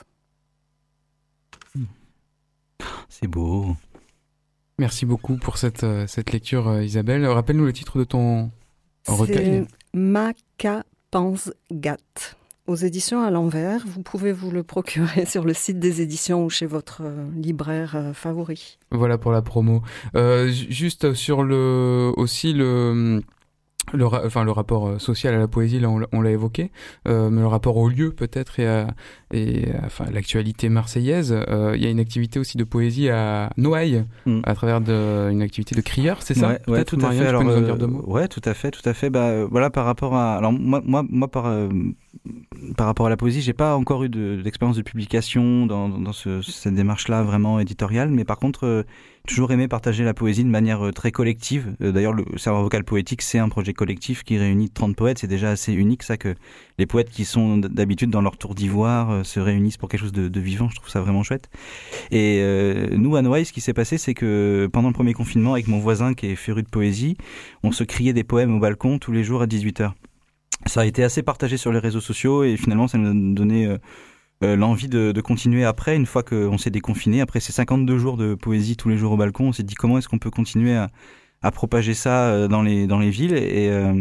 C'est beau. Merci beaucoup pour cette, euh, cette lecture, euh, Isabelle. Rappelle-nous le titre de ton recueil. C'est Maca pense gâte. Aux éditions à l'envers, vous pouvez vous le procurer sur le site des éditions ou chez votre euh, libraire euh, favori. Voilà pour la promo. Euh, juste sur le aussi le le, ra- enfin, le rapport social à la poésie, là on, on l'a évoqué, euh, mais le rapport au lieu peut-être et à, et à, enfin, l'actualité marseillaise. Euh, il y a une activité aussi de poésie à Noailles, mm. à travers de, une activité de crieur, c'est ça? Ouais, ouais tout à fait. Alors, tu peux nous en dire deux mots? Ouais, tout à fait, tout à fait. Bah, euh, voilà, par rapport à, alors moi, moi, moi par euh, par rapport à la poésie, j'ai pas encore eu de, d'expérience de publication dans, dans ce, cette démarche-là vraiment éditoriale, mais par contre, euh, toujours aimé partager la poésie de manière très collective. Euh, d'ailleurs, le Savoir vocal poétique, c'est un projet collectif qui réunit trente poètes. C'est déjà assez unique, ça, que les poètes qui sont d'habitude dans leur tour d'ivoire euh, se réunissent pour quelque chose de, de vivant. Je trouve ça vraiment chouette. Et euh, nous, à Noailles, ce qui s'est passé, c'est que pendant le premier confinement, avec mon voisin qui est féru de poésie, on se criait des poèmes au balcon tous les jours à dix-huit heures. Ça a été assez partagé sur les réseaux sociaux et finalement, ça nous a donné... Euh, Euh, l'envie de, de continuer après, une fois qu'on s'est déconfiné, après ces cinquante-deux jours de poésie tous les jours au balcon, on s'est dit comment est-ce qu'on peut continuer à, à propager ça dans les, dans les villes et, euh,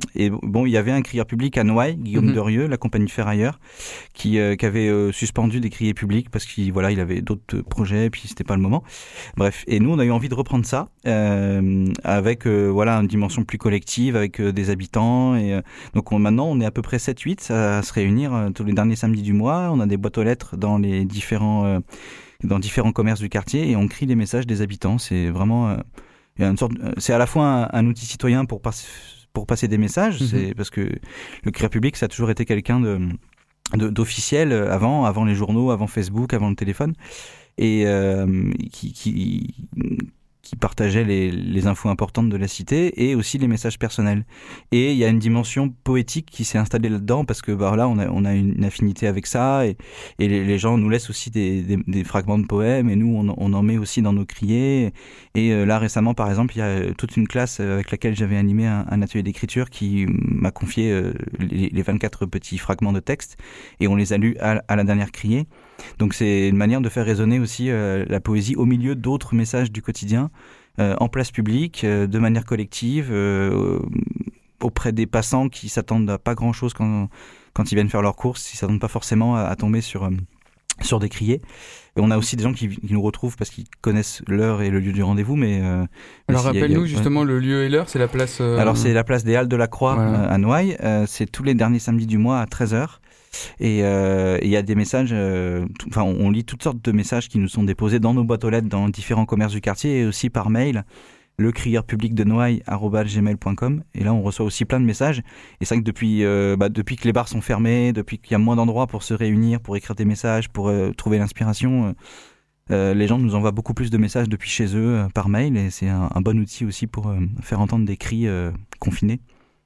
et bon, il y avait un crieur public à Noailles, Guillaume mmh. Derieux, la compagnie Ferrailleur, qui, euh, qui avait euh, suspendu des criers publics parce qu'il voilà, il avait d'autres projets, puis c'était pas le moment. Bref, et nous, on a eu envie de reprendre ça euh, avec euh, voilà une dimension plus collective, avec euh, des habitants. Et euh, donc on, maintenant, on est à peu près sept huit à, à se réunir euh, tous les derniers samedis du mois. On a des boîtes aux lettres dans les différents euh, dans différents commerces du quartier et on crie les messages des habitants. C'est vraiment euh, il y a une sorte, c'est à la fois un, un outil citoyen pour passer pour passer des messages, mmh. c'est parce que le crieur public, ça a toujours été quelqu'un de, de d'officiel avant, avant les journaux, avant Facebook, avant le téléphone, et euh, qui, qui qui partageait les, les infos importantes de la cité et aussi les messages personnels. Et il y a une dimension poétique qui s'est installée là-dedans parce que bah, là, on a, on a une affinité avec ça et, et les, les gens nous laissent aussi des, des, des fragments de poèmes et nous, on, on en met aussi dans nos criers. Et euh, là, récemment, par exemple, il y a toute une classe avec laquelle j'avais animé un, un atelier d'écriture qui m'a confié euh, les, les vingt-quatre petits fragments de texte et on les a lus à, à la dernière criée. Donc c'est une manière de faire résonner aussi euh, la poésie au milieu d'autres messages du quotidien, euh, en place publique, euh, de manière collective, euh, auprès des passants qui s'attendent à pas grand-chose quand, quand ils viennent faire leurs courses, ils s'attendent pas forcément à, à tomber sur, euh, sur des criers. Et on a aussi des gens qui, qui nous retrouvent parce qu'ils connaissent l'heure et le lieu du rendez-vous. Mais, euh, mais alors rappelle-nous justement ouais. le lieu et l'heure, c'est la place... Euh... Alors c'est la place des Halles de la Croix voilà. euh, à Noailles, euh, c'est tous les derniers samedis du mois à treize heures. Et il euh, y a des messages, euh, enfin on, on lit toutes sortes de messages qui nous sont déposés dans nos boîtes aux lettres, dans différents commerces du quartier et aussi par mail, le crieur public de Noailles arobase gmail point com. Et là on reçoit aussi plein de messages. Et c'est vrai que depuis, euh, bah, depuis que les bars sont fermés, depuis qu'il y a moins d'endroits pour se réunir, pour écrire des messages, pour euh, trouver l'inspiration, euh, euh, les gens nous envoient beaucoup plus de messages depuis chez eux euh, par mail et c'est un, un bon outil aussi pour euh, faire entendre des cris euh, confinés.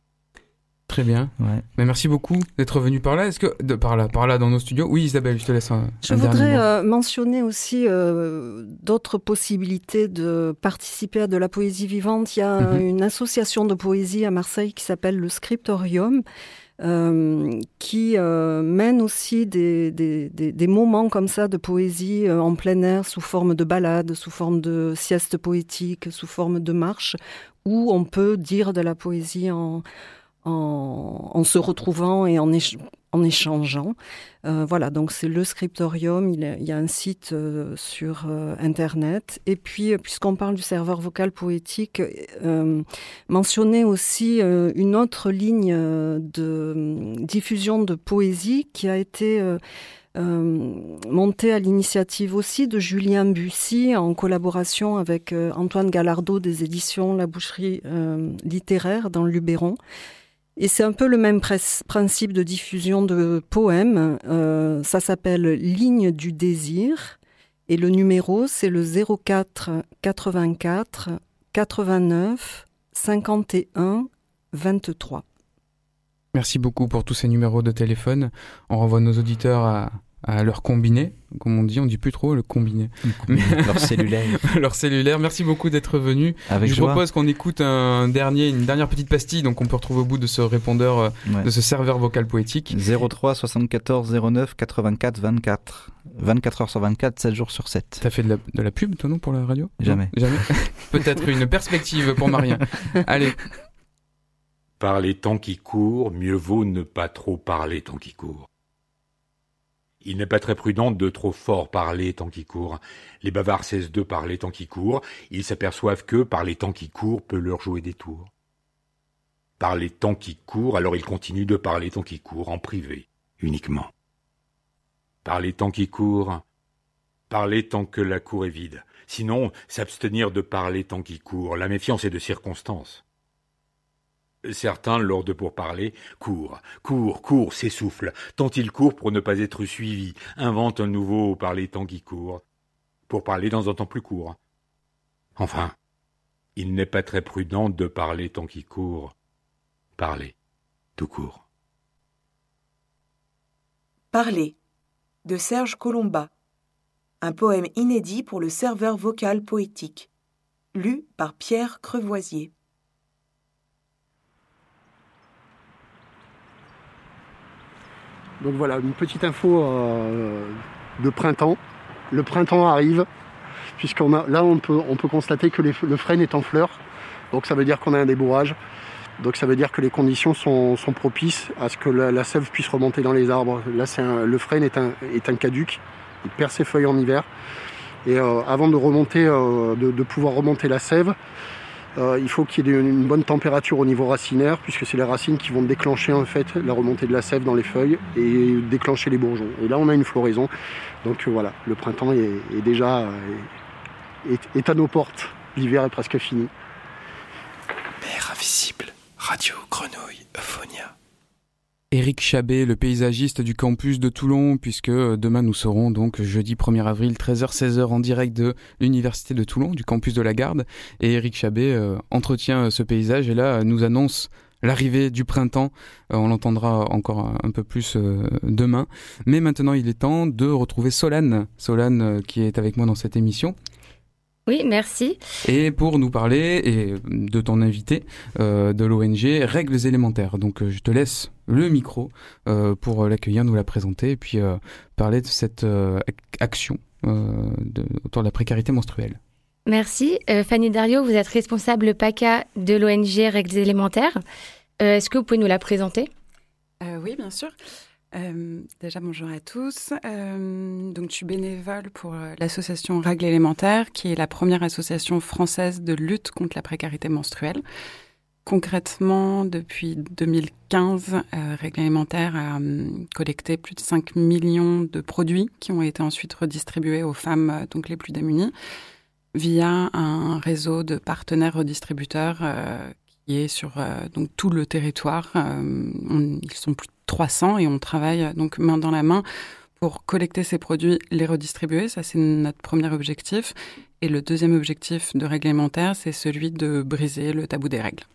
Très bien. Ouais. Mais merci beaucoup d'être venu par là. Est-ce que de, par là, par là dans nos studios. Oui, Isabelle, je te laisse un. Je un voudrais euh, mentionner aussi euh, d'autres possibilités de participer à de la poésie vivante. Il y a mm-hmm. une association de poésie à Marseille qui s'appelle le Scriptorium. Euh, qui euh, mène aussi des, des, des, des moments comme ça de poésie euh, en plein air sous forme de ballade, sous forme de sieste poétique, sous forme de marche, où on peut dire de la poésie en En, en se retrouvant et en, éch- en échangeant. Euh, voilà, donc c'est le Scriptorium, il, a, il y a un site euh, sur euh, Internet. Et puis, puisqu'on parle du serveur vocal poétique, euh, mentionner aussi euh, une autre ligne euh, de diffusion de poésie qui a été... Euh, Euh, monté à l'initiative aussi de Julien Bussy en collaboration avec euh, Antoine Gallardeau des éditions La Boucherie euh, littéraire dans le Luberon. Et c'est un peu le même pres- principe de diffusion de poèmes. Euh, ça s'appelle Ligne du désir et le numéro c'est le zéro quatre quatre-vingt-quatre quatre-vingt-neuf cinquante et un vingt-trois. Merci beaucoup pour tous ces numéros de téléphone. On renvoie nos auditeurs à, à leur combiné, comme on dit, on dit plus trop le combiné. Mais... leur cellulaire. leur cellulaire. Merci beaucoup d'être venu. Avec Je joie. propose qu'on écoute un dernier, une dernière petite pastille, donc on peut retrouver au bout de ce répondeur, ouais. de ce serveur vocal poétique. zéro trois soixante-quatorze zéro neuf quatre-vingt-quatre vingt-quatre. vingt-quatre heures sur vingt-quatre, sept jours sur sept. T'as fait de la, de la pub, toi, non, pour la radio ? Jamais. Non, jamais. Peut-être une perspective pour Marien. Allez. Par les temps qui courent, mieux vaut ne pas trop parler tant qui court. Il n'est pas très prudent de trop fort parler tant qui court. Les bavards cessent de parler tant qui court, ils s'aperçoivent que, par les temps qui courent, peut leur jouer des tours. Par les temps qui courent, alors ils continuent de parler tant qui court, en privé, uniquement. Par les temps qui courent, parler tant que la cour est vide. Sinon, s'abstenir de parler tant qui court, la méfiance est de circonstance. Certains, lors de pourparlers, courent, courent, courent, s'essoufflent, tant ils courent pour ne pas être suivis, inventent un nouveau par les temps qui courent, pour parler dans un temps plus court. Enfin, il n'est pas très prudent de parler tant qui court, parler, tout court. Parler, de Serge Colomba, un poème inédit pour le serveur vocal poétique, lu par Pierre Crevoisier. Donc voilà, une petite info euh, de printemps. Le printemps arrive, puisqu'on a là on peut, on peut constater que les, le frêne est en fleurs. Donc ça veut dire qu'on a un débourrage. Donc ça veut dire que les conditions sont, sont propices à ce que la, la sève puisse remonter dans les arbres. Là, c'est un, le frêne est un, est un caduc, il perd ses feuilles en hiver. Et euh, avant de, remonter, euh, de, de pouvoir remonter la sève, euh, il faut qu'il y ait une, une bonne température au niveau racinaire, puisque c'est les racines qui vont déclencher en fait la remontée de la sève dans les feuilles et déclencher les bourgeons. Et là, on a une floraison. Donc euh, voilà, le printemps est, est déjà euh, est, est à nos portes. L'hiver est presque fini. Mer invisible. Radio Grenouille Euphonia. Éric Chabet, le paysagiste du campus de Toulon, puisque demain nous serons donc jeudi premier avril, treize heures seize heures en direct de l'Université de Toulon, du campus de la Garde. Et Éric Chabet euh, entretient ce paysage et là nous annonce l'arrivée du printemps. Euh, on l'entendra encore un, un peu plus euh, demain. Mais maintenant il est temps de retrouver Solane, Solane euh, qui est avec moi dans cette émission. Oui, merci. Et pour nous parler et de ton invité euh, de l'O N G Règles élémentaires. Donc euh, je te laisse le micro euh, pour l'accueillir, nous la présenter et puis euh, parler de cette euh, action euh, de, autour de la précarité menstruelle. Merci. Euh, Fanny Dario, vous êtes responsable P A C A de l'O N G Règles élémentaires. Euh, est-ce que vous pouvez nous la présenter ? euh, Oui, bien sûr. Euh, déjà, bonjour à tous. Euh, donc, je suis bénévole pour l'association Règles élémentaires, qui est la première association française de lutte contre la précarité menstruelle. Concrètement, depuis deux mille quinze, euh, Règles élémentaires a euh, collecté plus de cinq millions de produits qui ont été ensuite redistribués aux femmes euh, donc les plus démunies via un réseau de partenaires redistributeurs euh, qui est sur euh, donc tout le territoire. Euh, on, ils sont plus de trois cents et on travaille donc main dans la main pour collecter ces produits, les redistribuer. Ça, c'est notre premier objectif. Et le deuxième objectif de Règles élémentaires, c'est celui de briser le tabou des règles.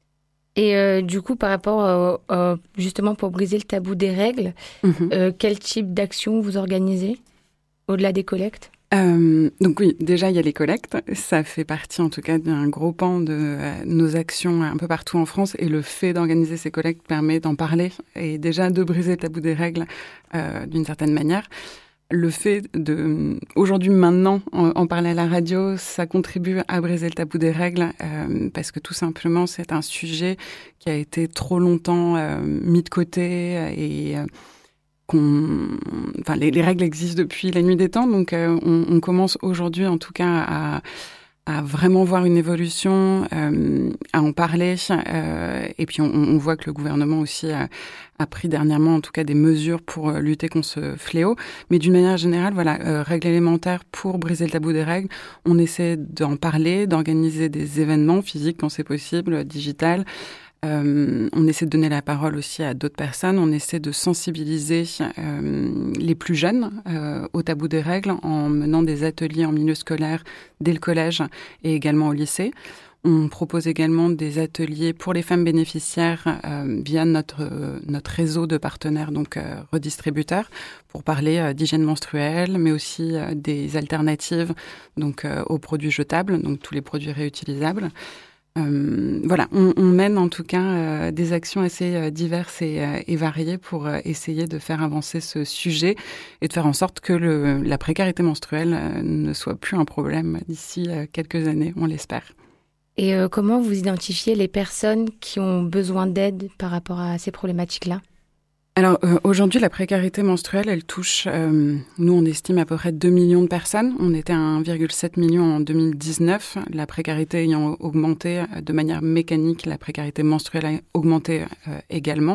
Et euh, du coup, par rapport, euh, euh, justement, pour briser le tabou des règles, mmh. euh, quel type d'action vous organisez au-delà des collectes ? Euh, donc oui, déjà il y a les collectes, ça fait partie en tout cas d'un gros pan de euh, nos actions un peu partout en France et le fait d'organiser ces collectes permet d'en parler et déjà de briser le tabou des règles euh, d'une certaine manière. Le fait de, aujourd'hui maintenant, en, en parler à la radio, ça contribue à briser le tabou des règles euh, parce que tout simplement c'est un sujet qui a été trop longtemps euh, mis de côté et euh, qu'on, enfin, les, les règles existent depuis la nuit des temps, donc euh, on, on commence aujourd'hui en tout cas à, à vraiment voir une évolution, euh, à en parler, euh, et puis on, on voit que le gouvernement aussi a, a pris dernièrement en tout cas des mesures pour lutter contre ce fléau, mais d'une manière générale, voilà, euh, règles élémentaires pour briser le tabou des règles, on essaie d'en parler, d'organiser des événements physiques quand c'est possible, digital. Euh, on essaie de donner la parole aussi à d'autres personnes. On essaie de sensibiliser euh, les plus jeunes euh, au tabou des règles en menant des ateliers en milieu scolaire dès le collège et également au lycée. On propose également des ateliers pour les femmes bénéficiaires euh, via notre euh, notre réseau de partenaires donc euh, redistributeurs pour parler euh, d'hygiène menstruelle, mais aussi euh, des alternatives donc euh, aux produits jetables, donc tous les produits réutilisables. Euh, voilà, on, on mène en tout cas euh, des actions assez euh, diverses et, euh, et variées pour euh, essayer de faire avancer ce sujet et de faire en sorte que le, la précarité menstruelle euh, ne soit plus un problème d'ici euh, quelques années, on l'espère. Et euh, comment vous identifiez les personnes qui ont besoin d'aide par rapport à ces problématiques-là ? Alors euh, aujourd'hui, la précarité menstruelle, elle touche, euh, nous on estime à peu près deux millions de personnes. On était à un virgule sept million en deux mille dix-neuf. La précarité ayant augmenté de manière mécanique, la précarité menstruelle a augmenté euh, également.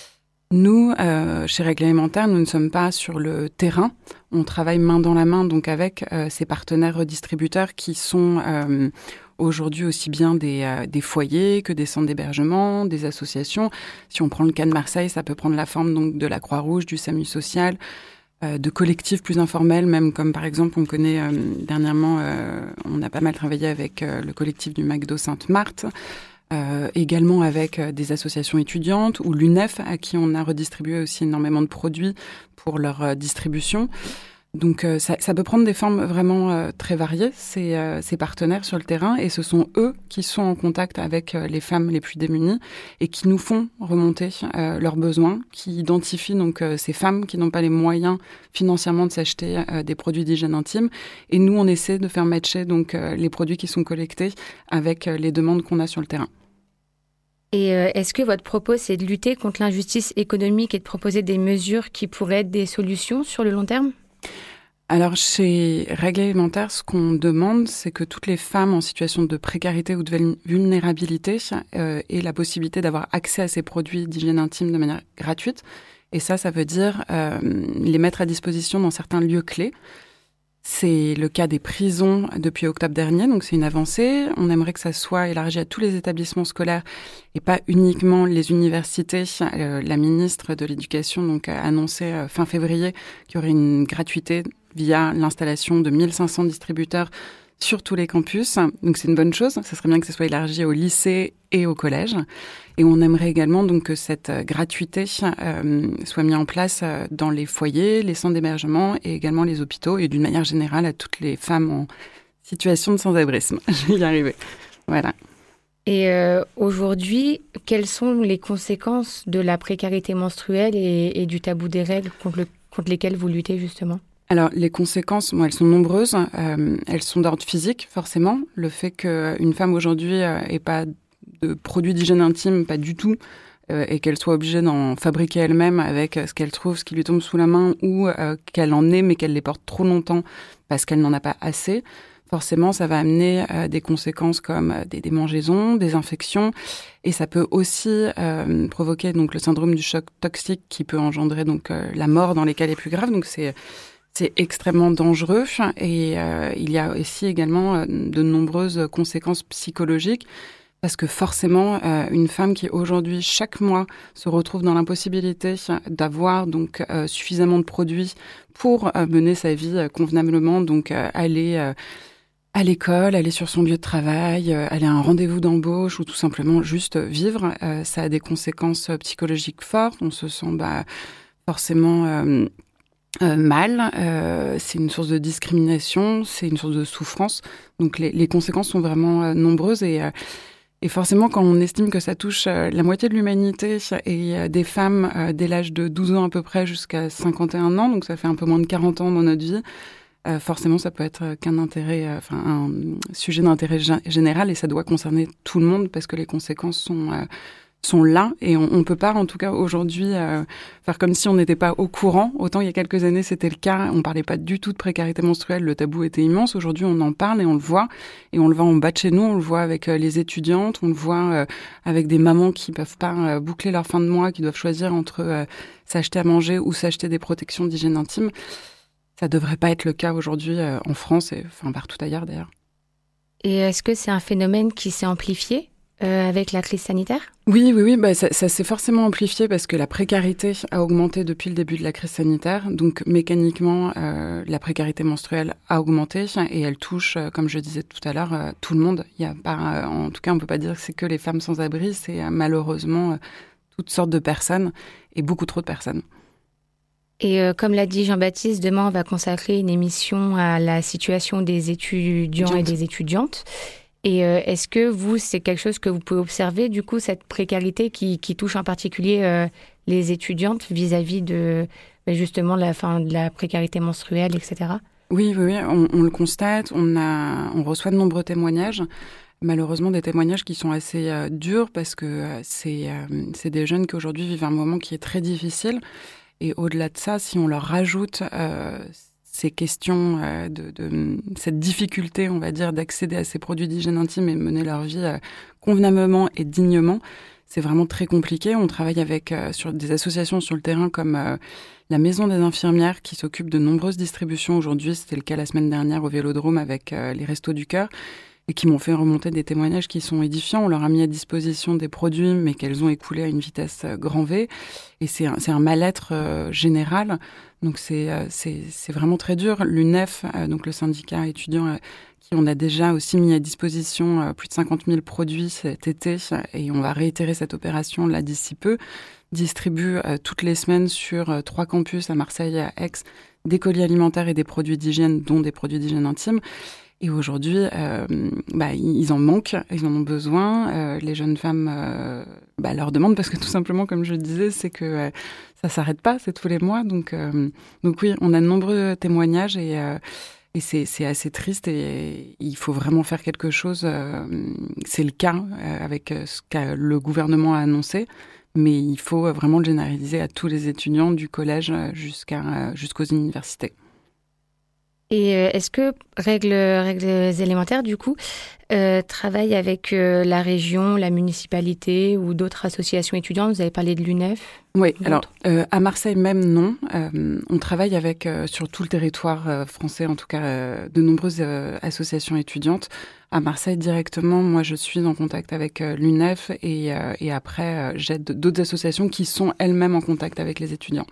Nous, euh, chez Règles élémentaires, nous ne sommes pas sur le terrain. On travaille main dans la main donc avec euh, ces partenaires redistributeurs qui sont euh, aujourd'hui aussi bien des, euh, des foyers que des centres d'hébergement, des associations. Si on prend le cas de Marseille, ça peut prendre la forme donc de la Croix-Rouge, du SAMU social, euh, de collectifs plus informels, même comme par exemple on connaît euh, dernièrement, euh, on a pas mal travaillé avec euh, le collectif du McDo Sainte-Marthe, euh, également avec euh, des associations étudiantes ou l'U N E F à qui on a redistribué aussi énormément de produits pour leur euh, distribution. Donc euh, ça, ça peut prendre des formes vraiment euh, très variées, ces, euh, ces partenaires sur le terrain, et ce sont eux qui sont en contact avec euh, les femmes les plus démunies et qui nous font remonter euh, leurs besoins, qui identifient donc euh, ces femmes qui n'ont pas les moyens financièrement de s'acheter euh, des produits d'hygiène intime, et nous on essaie de faire matcher donc euh, les produits qui sont collectés avec euh, les demandes qu'on a sur le terrain. Et euh, est-ce que votre propos, c'est de lutter contre l'injustice économique et de proposer des mesures qui pourraient être des solutions sur le long terme ? Alors, chez Règles Alimentaires, ce qu'on demande, c'est que toutes les femmes en situation de précarité ou de vulnérabilité euh, aient la possibilité d'avoir accès à ces produits d'hygiène intime de manière gratuite. Et ça, ça veut dire euh, les mettre à disposition dans certains lieux clés. C'est le cas des prisons depuis octobre dernier, donc c'est une avancée. On aimerait que ça soit élargi à tous les établissements scolaires et pas uniquement les universités. Euh, la ministre de l'Éducation donc, a annoncé euh, fin février qu'il y aurait une gratuité via l'installation de mille cinq cents distributeurs sur tous les campus. Donc c'est une bonne chose. Ça serait bien que ce soit élargi au lycée et au collège. Et on aimerait également donc que cette gratuité euh, soit mise en place dans les foyers, les centres d'hébergement et également les hôpitaux et d'une manière générale à toutes les femmes en situation de sans-abrisme. Je vais y arriver. Voilà. Et euh, aujourd'hui, quelles sont les conséquences de la précarité menstruelle et, et du tabou des règles contre, le, contre lesquelles vous luttez justement ? Alors, les conséquences, bon, elles sont nombreuses. Euh, elles sont d'ordre physique, forcément. Le fait qu'une femme aujourd'hui euh, ait pas de produits d'hygiène intime, pas du tout, euh, et qu'elle soit obligée d'en fabriquer elle-même avec ce qu'elle trouve, ce qui lui tombe sous la main, ou euh, qu'elle en ait, mais qu'elle les porte trop longtemps parce qu'elle n'en a pas assez, forcément, ça va amener euh, des conséquences comme des démangeaisons, des infections, et ça peut aussi euh, provoquer donc le syndrome du choc toxique qui peut engendrer donc euh, la mort dans les cas les plus graves. Donc c'est C'est extrêmement dangereux et euh, il y a aussi également euh, de nombreuses conséquences psychologiques parce que forcément, euh, une femme qui aujourd'hui, chaque mois, se retrouve dans l'impossibilité d'avoir donc euh, suffisamment de produits pour euh, mener sa vie euh, convenablement, donc euh, aller euh, à l'école, aller sur son lieu de travail, euh, aller à un rendez-vous d'embauche ou tout simplement juste vivre, euh, ça a des conséquences psychologiques fortes. On se sent bah, forcément... Euh, Euh, mal, euh, c'est une source de discrimination, c'est une source de souffrance. Donc les, les conséquences sont vraiment euh, nombreuses et, euh, et forcément quand on estime que ça touche euh, la moitié de l'humanité et euh, des femmes euh, dès l'âge de douze ans à peu près jusqu'à cinquante et un ans, donc ça fait un peu moins de quarante ans dans notre vie, euh, forcément ça peut être qu'un intérêt, enfin euh, un sujet d'intérêt g- général et ça doit concerner tout le monde parce que les conséquences sont... Euh, sont là et on ne peut pas en tout cas aujourd'hui euh, faire comme si on n'était pas au courant. Autant il y a quelques années c'était le cas, on ne parlait pas du tout de précarité menstruelle, le tabou était immense. Aujourd'hui on en parle et on le voit et on le voit en bas de chez nous, on le voit avec euh, les étudiantes, on le voit euh, avec des mamans qui ne peuvent pas euh, boucler leur fin de mois, qui doivent choisir entre euh, s'acheter à manger ou s'acheter des protections d'hygiène intime. Ça ne devrait pas être le cas aujourd'hui euh, en France et enfin partout ailleurs d'ailleurs. Et est-ce que c'est un phénomène qui s'est amplifié Euh, avec la crise sanitaire ? Oui, oui, oui. Bah, ça, ça s'est forcément amplifié parce que la précarité a augmenté depuis le début de la crise sanitaire. Donc, mécaniquement, euh, la précarité menstruelle a augmenté et elle touche, euh, comme je disais tout à l'heure, euh, tout le monde. Il y a pas, euh, en tout cas, on peut pas dire que c'est que les femmes sans abri. C'est euh, malheureusement euh, toutes sortes de personnes et beaucoup trop de personnes. Et euh, comme l'a dit Jean-Baptiste, demain, on va consacrer une émission à la situation des étudiants Étudiante. et des étudiantes. Et euh, est-ce que vous, c'est quelque chose que vous pouvez observer, du coup, cette précarité qui, qui touche en particulier euh, les étudiantes vis-à-vis de justement la fin de la précarité menstruelle, et cetera ? Oui, oui, oui on, on le constate. On a, on reçoit de nombreux témoignages. Malheureusement, des témoignages qui sont assez euh, durs parce que euh, c'est, euh, c'est des jeunes qui aujourd'hui vivent un moment qui est très difficile. Et au-delà de ça, si on leur rajoute euh, ces questions euh, de, de cette difficulté, on va dire, d'accéder à ces produits d'hygiène intime et mener leur vie euh, convenablement et dignement, c'est vraiment très compliqué. On travaille avec euh, sur des associations sur le terrain comme euh, la Maison des infirmières qui s'occupe de nombreuses distributions aujourd'hui. C'était le cas la semaine dernière au Vélodrome avec euh, les Restos du Cœur et qui m'ont fait remonter des témoignages qui sont édifiants. On leur a mis à disposition des produits, mais qu'elles ont écoulés à une vitesse euh, grand V. Et c'est un, c'est un mal-être euh, général. Donc c'est, euh, c'est, c'est vraiment très dur. L'U N E F, euh, donc le syndicat étudiant, euh, qui on a déjà aussi mis à disposition euh, plus de cinquante mille produits cet été, et on va réitérer cette opération là d'ici peu, distribue euh, toutes les semaines sur euh, trois campus à Marseille et à Aix des colis alimentaires et des produits d'hygiène, dont des produits d'hygiène intime. Et aujourd'hui, euh, bah, ils en manquent, ils en ont besoin. Euh, les jeunes femmes euh, bah, leur demandent parce que tout simplement, comme je le disais, c'est que euh, ça s'arrête pas, c'est tous les mois. Donc, euh, donc oui, on a de nombreux témoignages et, euh, Et c'est, c'est assez triste et il faut vraiment faire quelque chose. Euh, c'est le cas euh, avec ce que le gouvernement a annoncé, mais il faut vraiment le généraliser à tous les étudiants du collège jusqu'à, jusqu'aux universités. Et euh, est-ce que Règles, Règles élémentaires, du coup, euh, travaille avec euh, la région, la municipalité ou d'autres associations étudiantes? Vous avez parlé de l'U N E F. Oui, alors euh, à Marseille même, non. Euh, on travaille avec, euh, sur tout le territoire euh, français, en tout cas, euh, de nombreuses euh, associations étudiantes. À Marseille, directement, moi, je suis en contact avec euh, l'U N E F et, euh, et après, euh, j'aide d'autres associations qui sont elles-mêmes en contact avec les étudiants.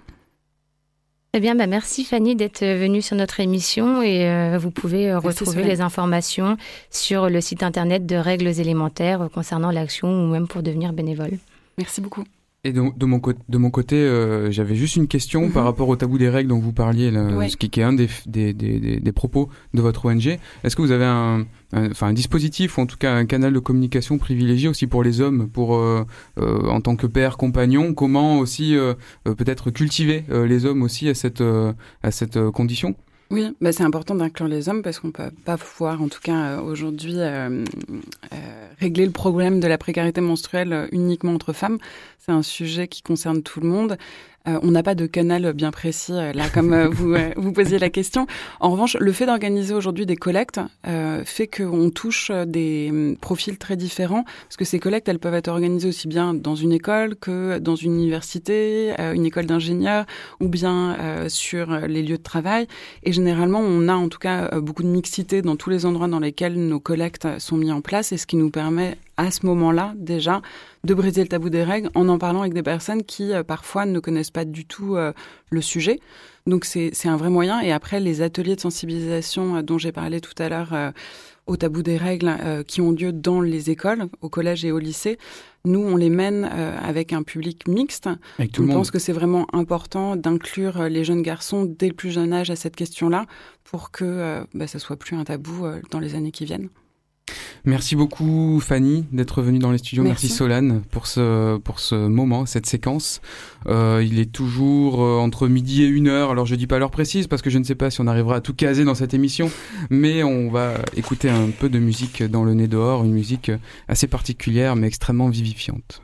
Eh bien, bah, merci Fanny d'être venue sur notre émission et euh, vous pouvez euh, retrouver les informations sur le site internet de Règles élémentaires euh, concernant l'action ou même pour devenir bénévole. Merci beaucoup. Et de, de, mon, co- de mon côté, euh, j'avais juste une question mm-hmm. par rapport au tabou des règles dont vous parliez, là, ouais. ce qui, qui est un des, des, des, des, des propos de votre O N G. Est-ce que vous avez un, un, enfin, un dispositif, ou en tout cas un canal de communication privilégié aussi pour les hommes, pour euh, euh, en tant que père, compagnon, comment aussi euh, euh, peut-être cultiver euh, les hommes aussi à cette, euh, à cette euh, condition ? Oui, bah c'est important d'inclure les hommes parce qu'on ne peut pas pouvoir, en tout cas euh, aujourd'hui, euh, euh, régler le problème de la précarité menstruelle uniquement entre femmes. C'est un sujet qui concerne tout le monde. Euh, on n'a pas de canal bien précis, euh, là, comme euh, vous, euh, vous posiez la question. En revanche, le fait d'organiser aujourd'hui des collectes euh, fait qu'on touche des euh, profils très différents, parce que ces collectes, elles peuvent être organisées aussi bien dans une école que dans une université, euh, une école d'ingénieurs, ou bien euh, sur les lieux de travail. Et généralement, on a en tout cas euh, beaucoup de mixité dans tous les endroits dans lesquels nos collectes sont mis en place, et ce qui nous permet à ce moment-là, déjà, de briser le tabou des règles en en parlant avec des personnes qui, euh, parfois, ne connaissent pas du tout euh, le sujet. Donc, c'est, c'est un vrai moyen. Et après, les ateliers de sensibilisation euh, dont j'ai parlé tout à l'heure euh, au tabou des règles euh, qui ont lieu dans les écoles, au collège et au lycée, nous, on les mène euh, avec un public mixte. Avec tout on le monde. pense que c'est vraiment important d'inclure les jeunes garçons dès le plus jeune âge à cette question-là pour que euh, bah, ça soit plus un tabou euh, dans les années qui viennent. Merci beaucoup Fanny d'être venue dans les studios. Merci, Merci Solane pour ce, pour ce moment, cette séquence. Euh, il est toujours euh, entre midi et une heure, alors je dis pas l'heure précise parce que je ne sais pas si on arrivera à tout caser dans cette émission, mais on va écouter un peu de musique dans le nez dehors, une musique assez particulière mais extrêmement vivifiante.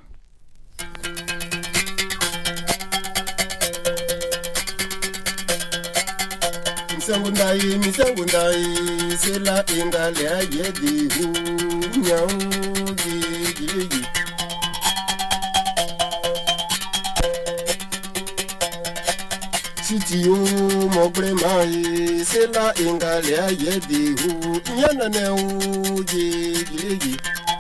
Misangundai, misangundai, c'est la ingale ayedi hu nyauji gigi. Sitio mobremai, c'est la ingale ayedi hu nyananeuji gigi.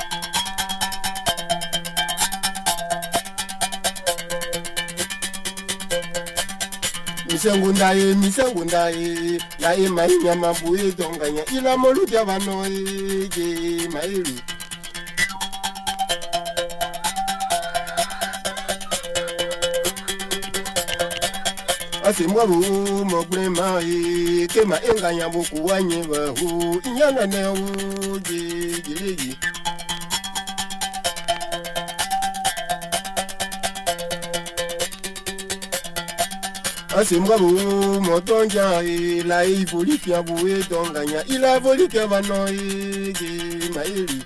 Misangundai, misangundai, la ema inyama buye donganya, ila molu diavano ege mailu. Ase mwabu mobrema e, kema enganya buku wanyeva hu, inyana neu ge ge. Asimwabu motonja ila ivolifia buwe donganya ila volifia bano ege maili.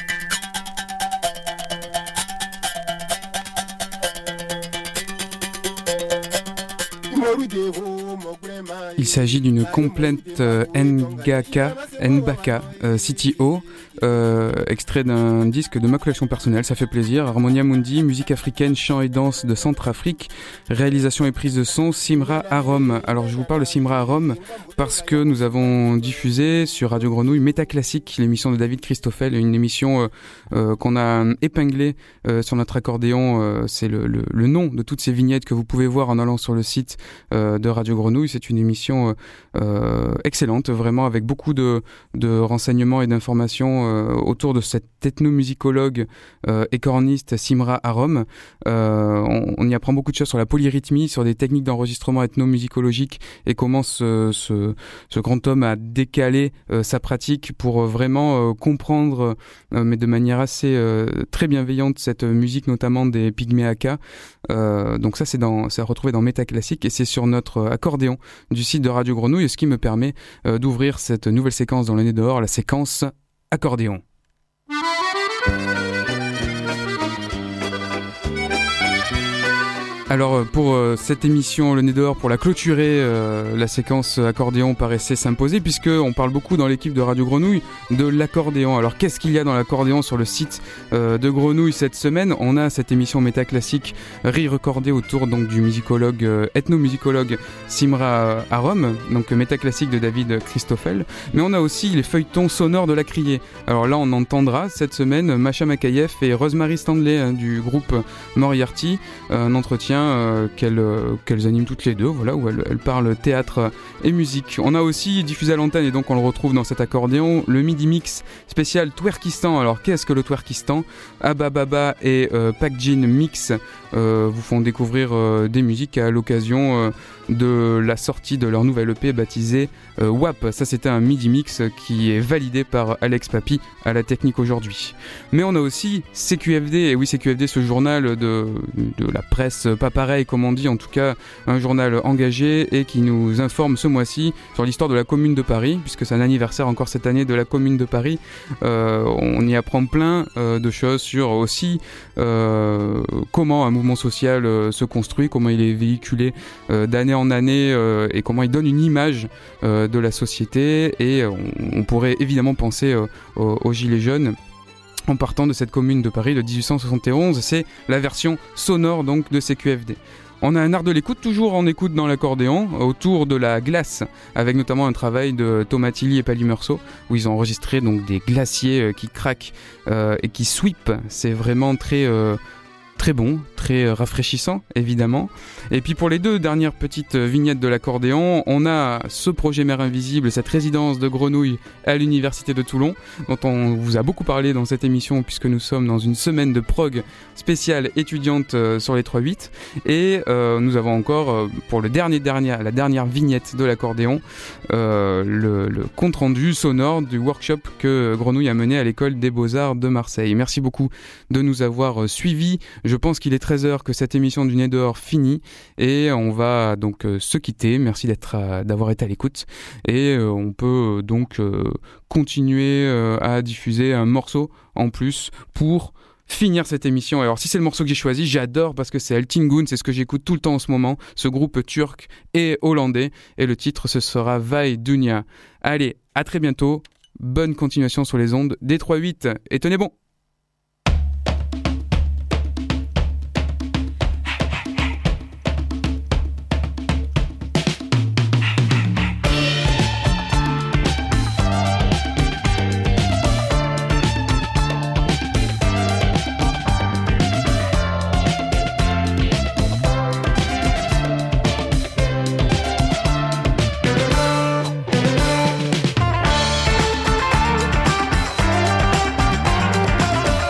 Il s'agit d'une complète euh, Ngaka, Nbaka, euh, C T O, euh, extrait d'un disque de ma collection personnelle, ça fait plaisir. Harmonia Mundi, musique africaine, chant et danse de Centrafrique, réalisation et prise de son, Simra Arom. Alors je vous parle de Simra Arom parce que nous avons diffusé sur Radio Grenouille Métaclassique, l'émission de David Christoffel, une émission euh, euh, qu'on a épinglée euh, sur notre accordéon. Euh, c'est le, le, le nom de toutes ces vignettes que vous pouvez voir en allant sur le site euh, de Radio Grenouille. C'est une émission euh, excellente, vraiment, avec beaucoup de, de renseignements et d'informations euh, autour de cette ethnomusicologue euh, et corniste Simra Arom. Euh, on, on y apprend beaucoup de choses sur la polyrythmie, sur des techniques d'enregistrement ethnomusicologique et comment ce, ce, ce grand homme a décalé euh, sa pratique pour vraiment euh, comprendre, euh, mais de manière assez euh, très bienveillante, cette musique notamment des Pygmées Aka. Euh, donc ça, c'est, dans, c'est à retrouver dans Métaclassique et c'est sur notre accordéon du site de Radio Grenouille, ce qui me permet euh, d'ouvrir cette nouvelle séquence dans le nez dehors, la séquence accordéon. Alors pour euh, cette émission Le Nez dehors, pour la clôturer, euh, la séquence accordéon paraissait s'imposer puisque on parle beaucoup dans l'équipe de Radio Grenouille de l'accordéon. Alors qu'est-ce qu'il y a dans l'accordéon sur le site euh, de Grenouille cette semaine? On a cette émission métaclassique re-recordée autour donc du musicologue, euh, ethnomusicologue Simra Arom, donc métaclassique de David Christoffel. Mais on a aussi les feuilletons sonores de la criée. Alors là on entendra cette semaine Macha Makayev et Rosemary Stanley hein, du groupe Moriarty, euh, un entretien Euh, qu'elles, euh, qu'elles animent toutes les deux, voilà, où elles, elles parlent théâtre et musique. On a aussi diffusé à l'antenne, et donc on le retrouve dans cet accordéon, le Midi Mix spécial Twerkistan. Alors qu'est-ce que le Twerkistan? Abba Baba et euh, Pak Jin Mix euh, vous font découvrir euh, des musiques à l'occasion euh, de la sortie de leur nouvelle E P baptisée euh, W A P. Ça c'était un Midi Mix qui est validé par Alex Papy à la technique aujourd'hui. Mais on a aussi C Q F D, et oui C Q F D, ce journal de, de la presse pas pareil comme on dit, en tout cas un journal engagé et qui nous informe ce mois-ci sur l'histoire de la Commune de Paris, puisque c'est un anniversaire encore cette année de la Commune de Paris. Euh, on y apprend plein euh, de choses sur aussi euh, comment un mouvement social euh, se construit, comment il est véhiculé euh, d'année en année euh, et comment il donne une image euh, de la société. Et on, on pourrait évidemment penser euh, aux, aux Gilets jaunes en partant de cette Commune de Paris de dix-huit cent soixante et onze. C'est la version sonore donc de C Q F D. On a un art de l'écoute, toujours en écoute dans l'accordéon, autour de la glace, avec notamment un travail de Thomas Tilly et Pally Meursault, où ils ont enregistré donc des glaciers qui craquent euh, et qui sweep. C'est vraiment très... Euh, Très bon, très rafraîchissant, évidemment. Et puis pour les deux dernières petites vignettes de l'accordéon, on a ce projet Mer Invisible, cette résidence de Grenouille à l'Université de Toulon, dont on vous a beaucoup parlé dans cette émission, puisque nous sommes dans une semaine de prog spéciale étudiante sur les trois huit. Et euh, nous avons encore, euh, pour le dernier, dernier, la dernière vignette de l'accordéon, euh, le, le compte-rendu sonore du workshop que Grenouille a mené à l'École des Beaux-Arts de Marseille. Merci beaucoup de nous avoir suivis. Je pense qu'il est treize heures que cette émission du Nez dehors finit et on va donc euh, se quitter. Merci d'être à, d'avoir été à l'écoute et euh, on peut euh, donc euh, continuer euh, à diffuser un morceau en plus pour finir cette émission. Alors si c'est le morceau que j'ai choisi, j'adore parce que c'est Eltingun, c'est ce que j'écoute tout le temps en ce moment, ce groupe turc et hollandais, et le titre ce sera Vay Dunya. Allez, à très bientôt, bonne continuation sur les ondes des trois huit et tenez bon.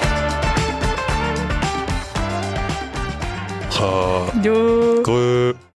Yo.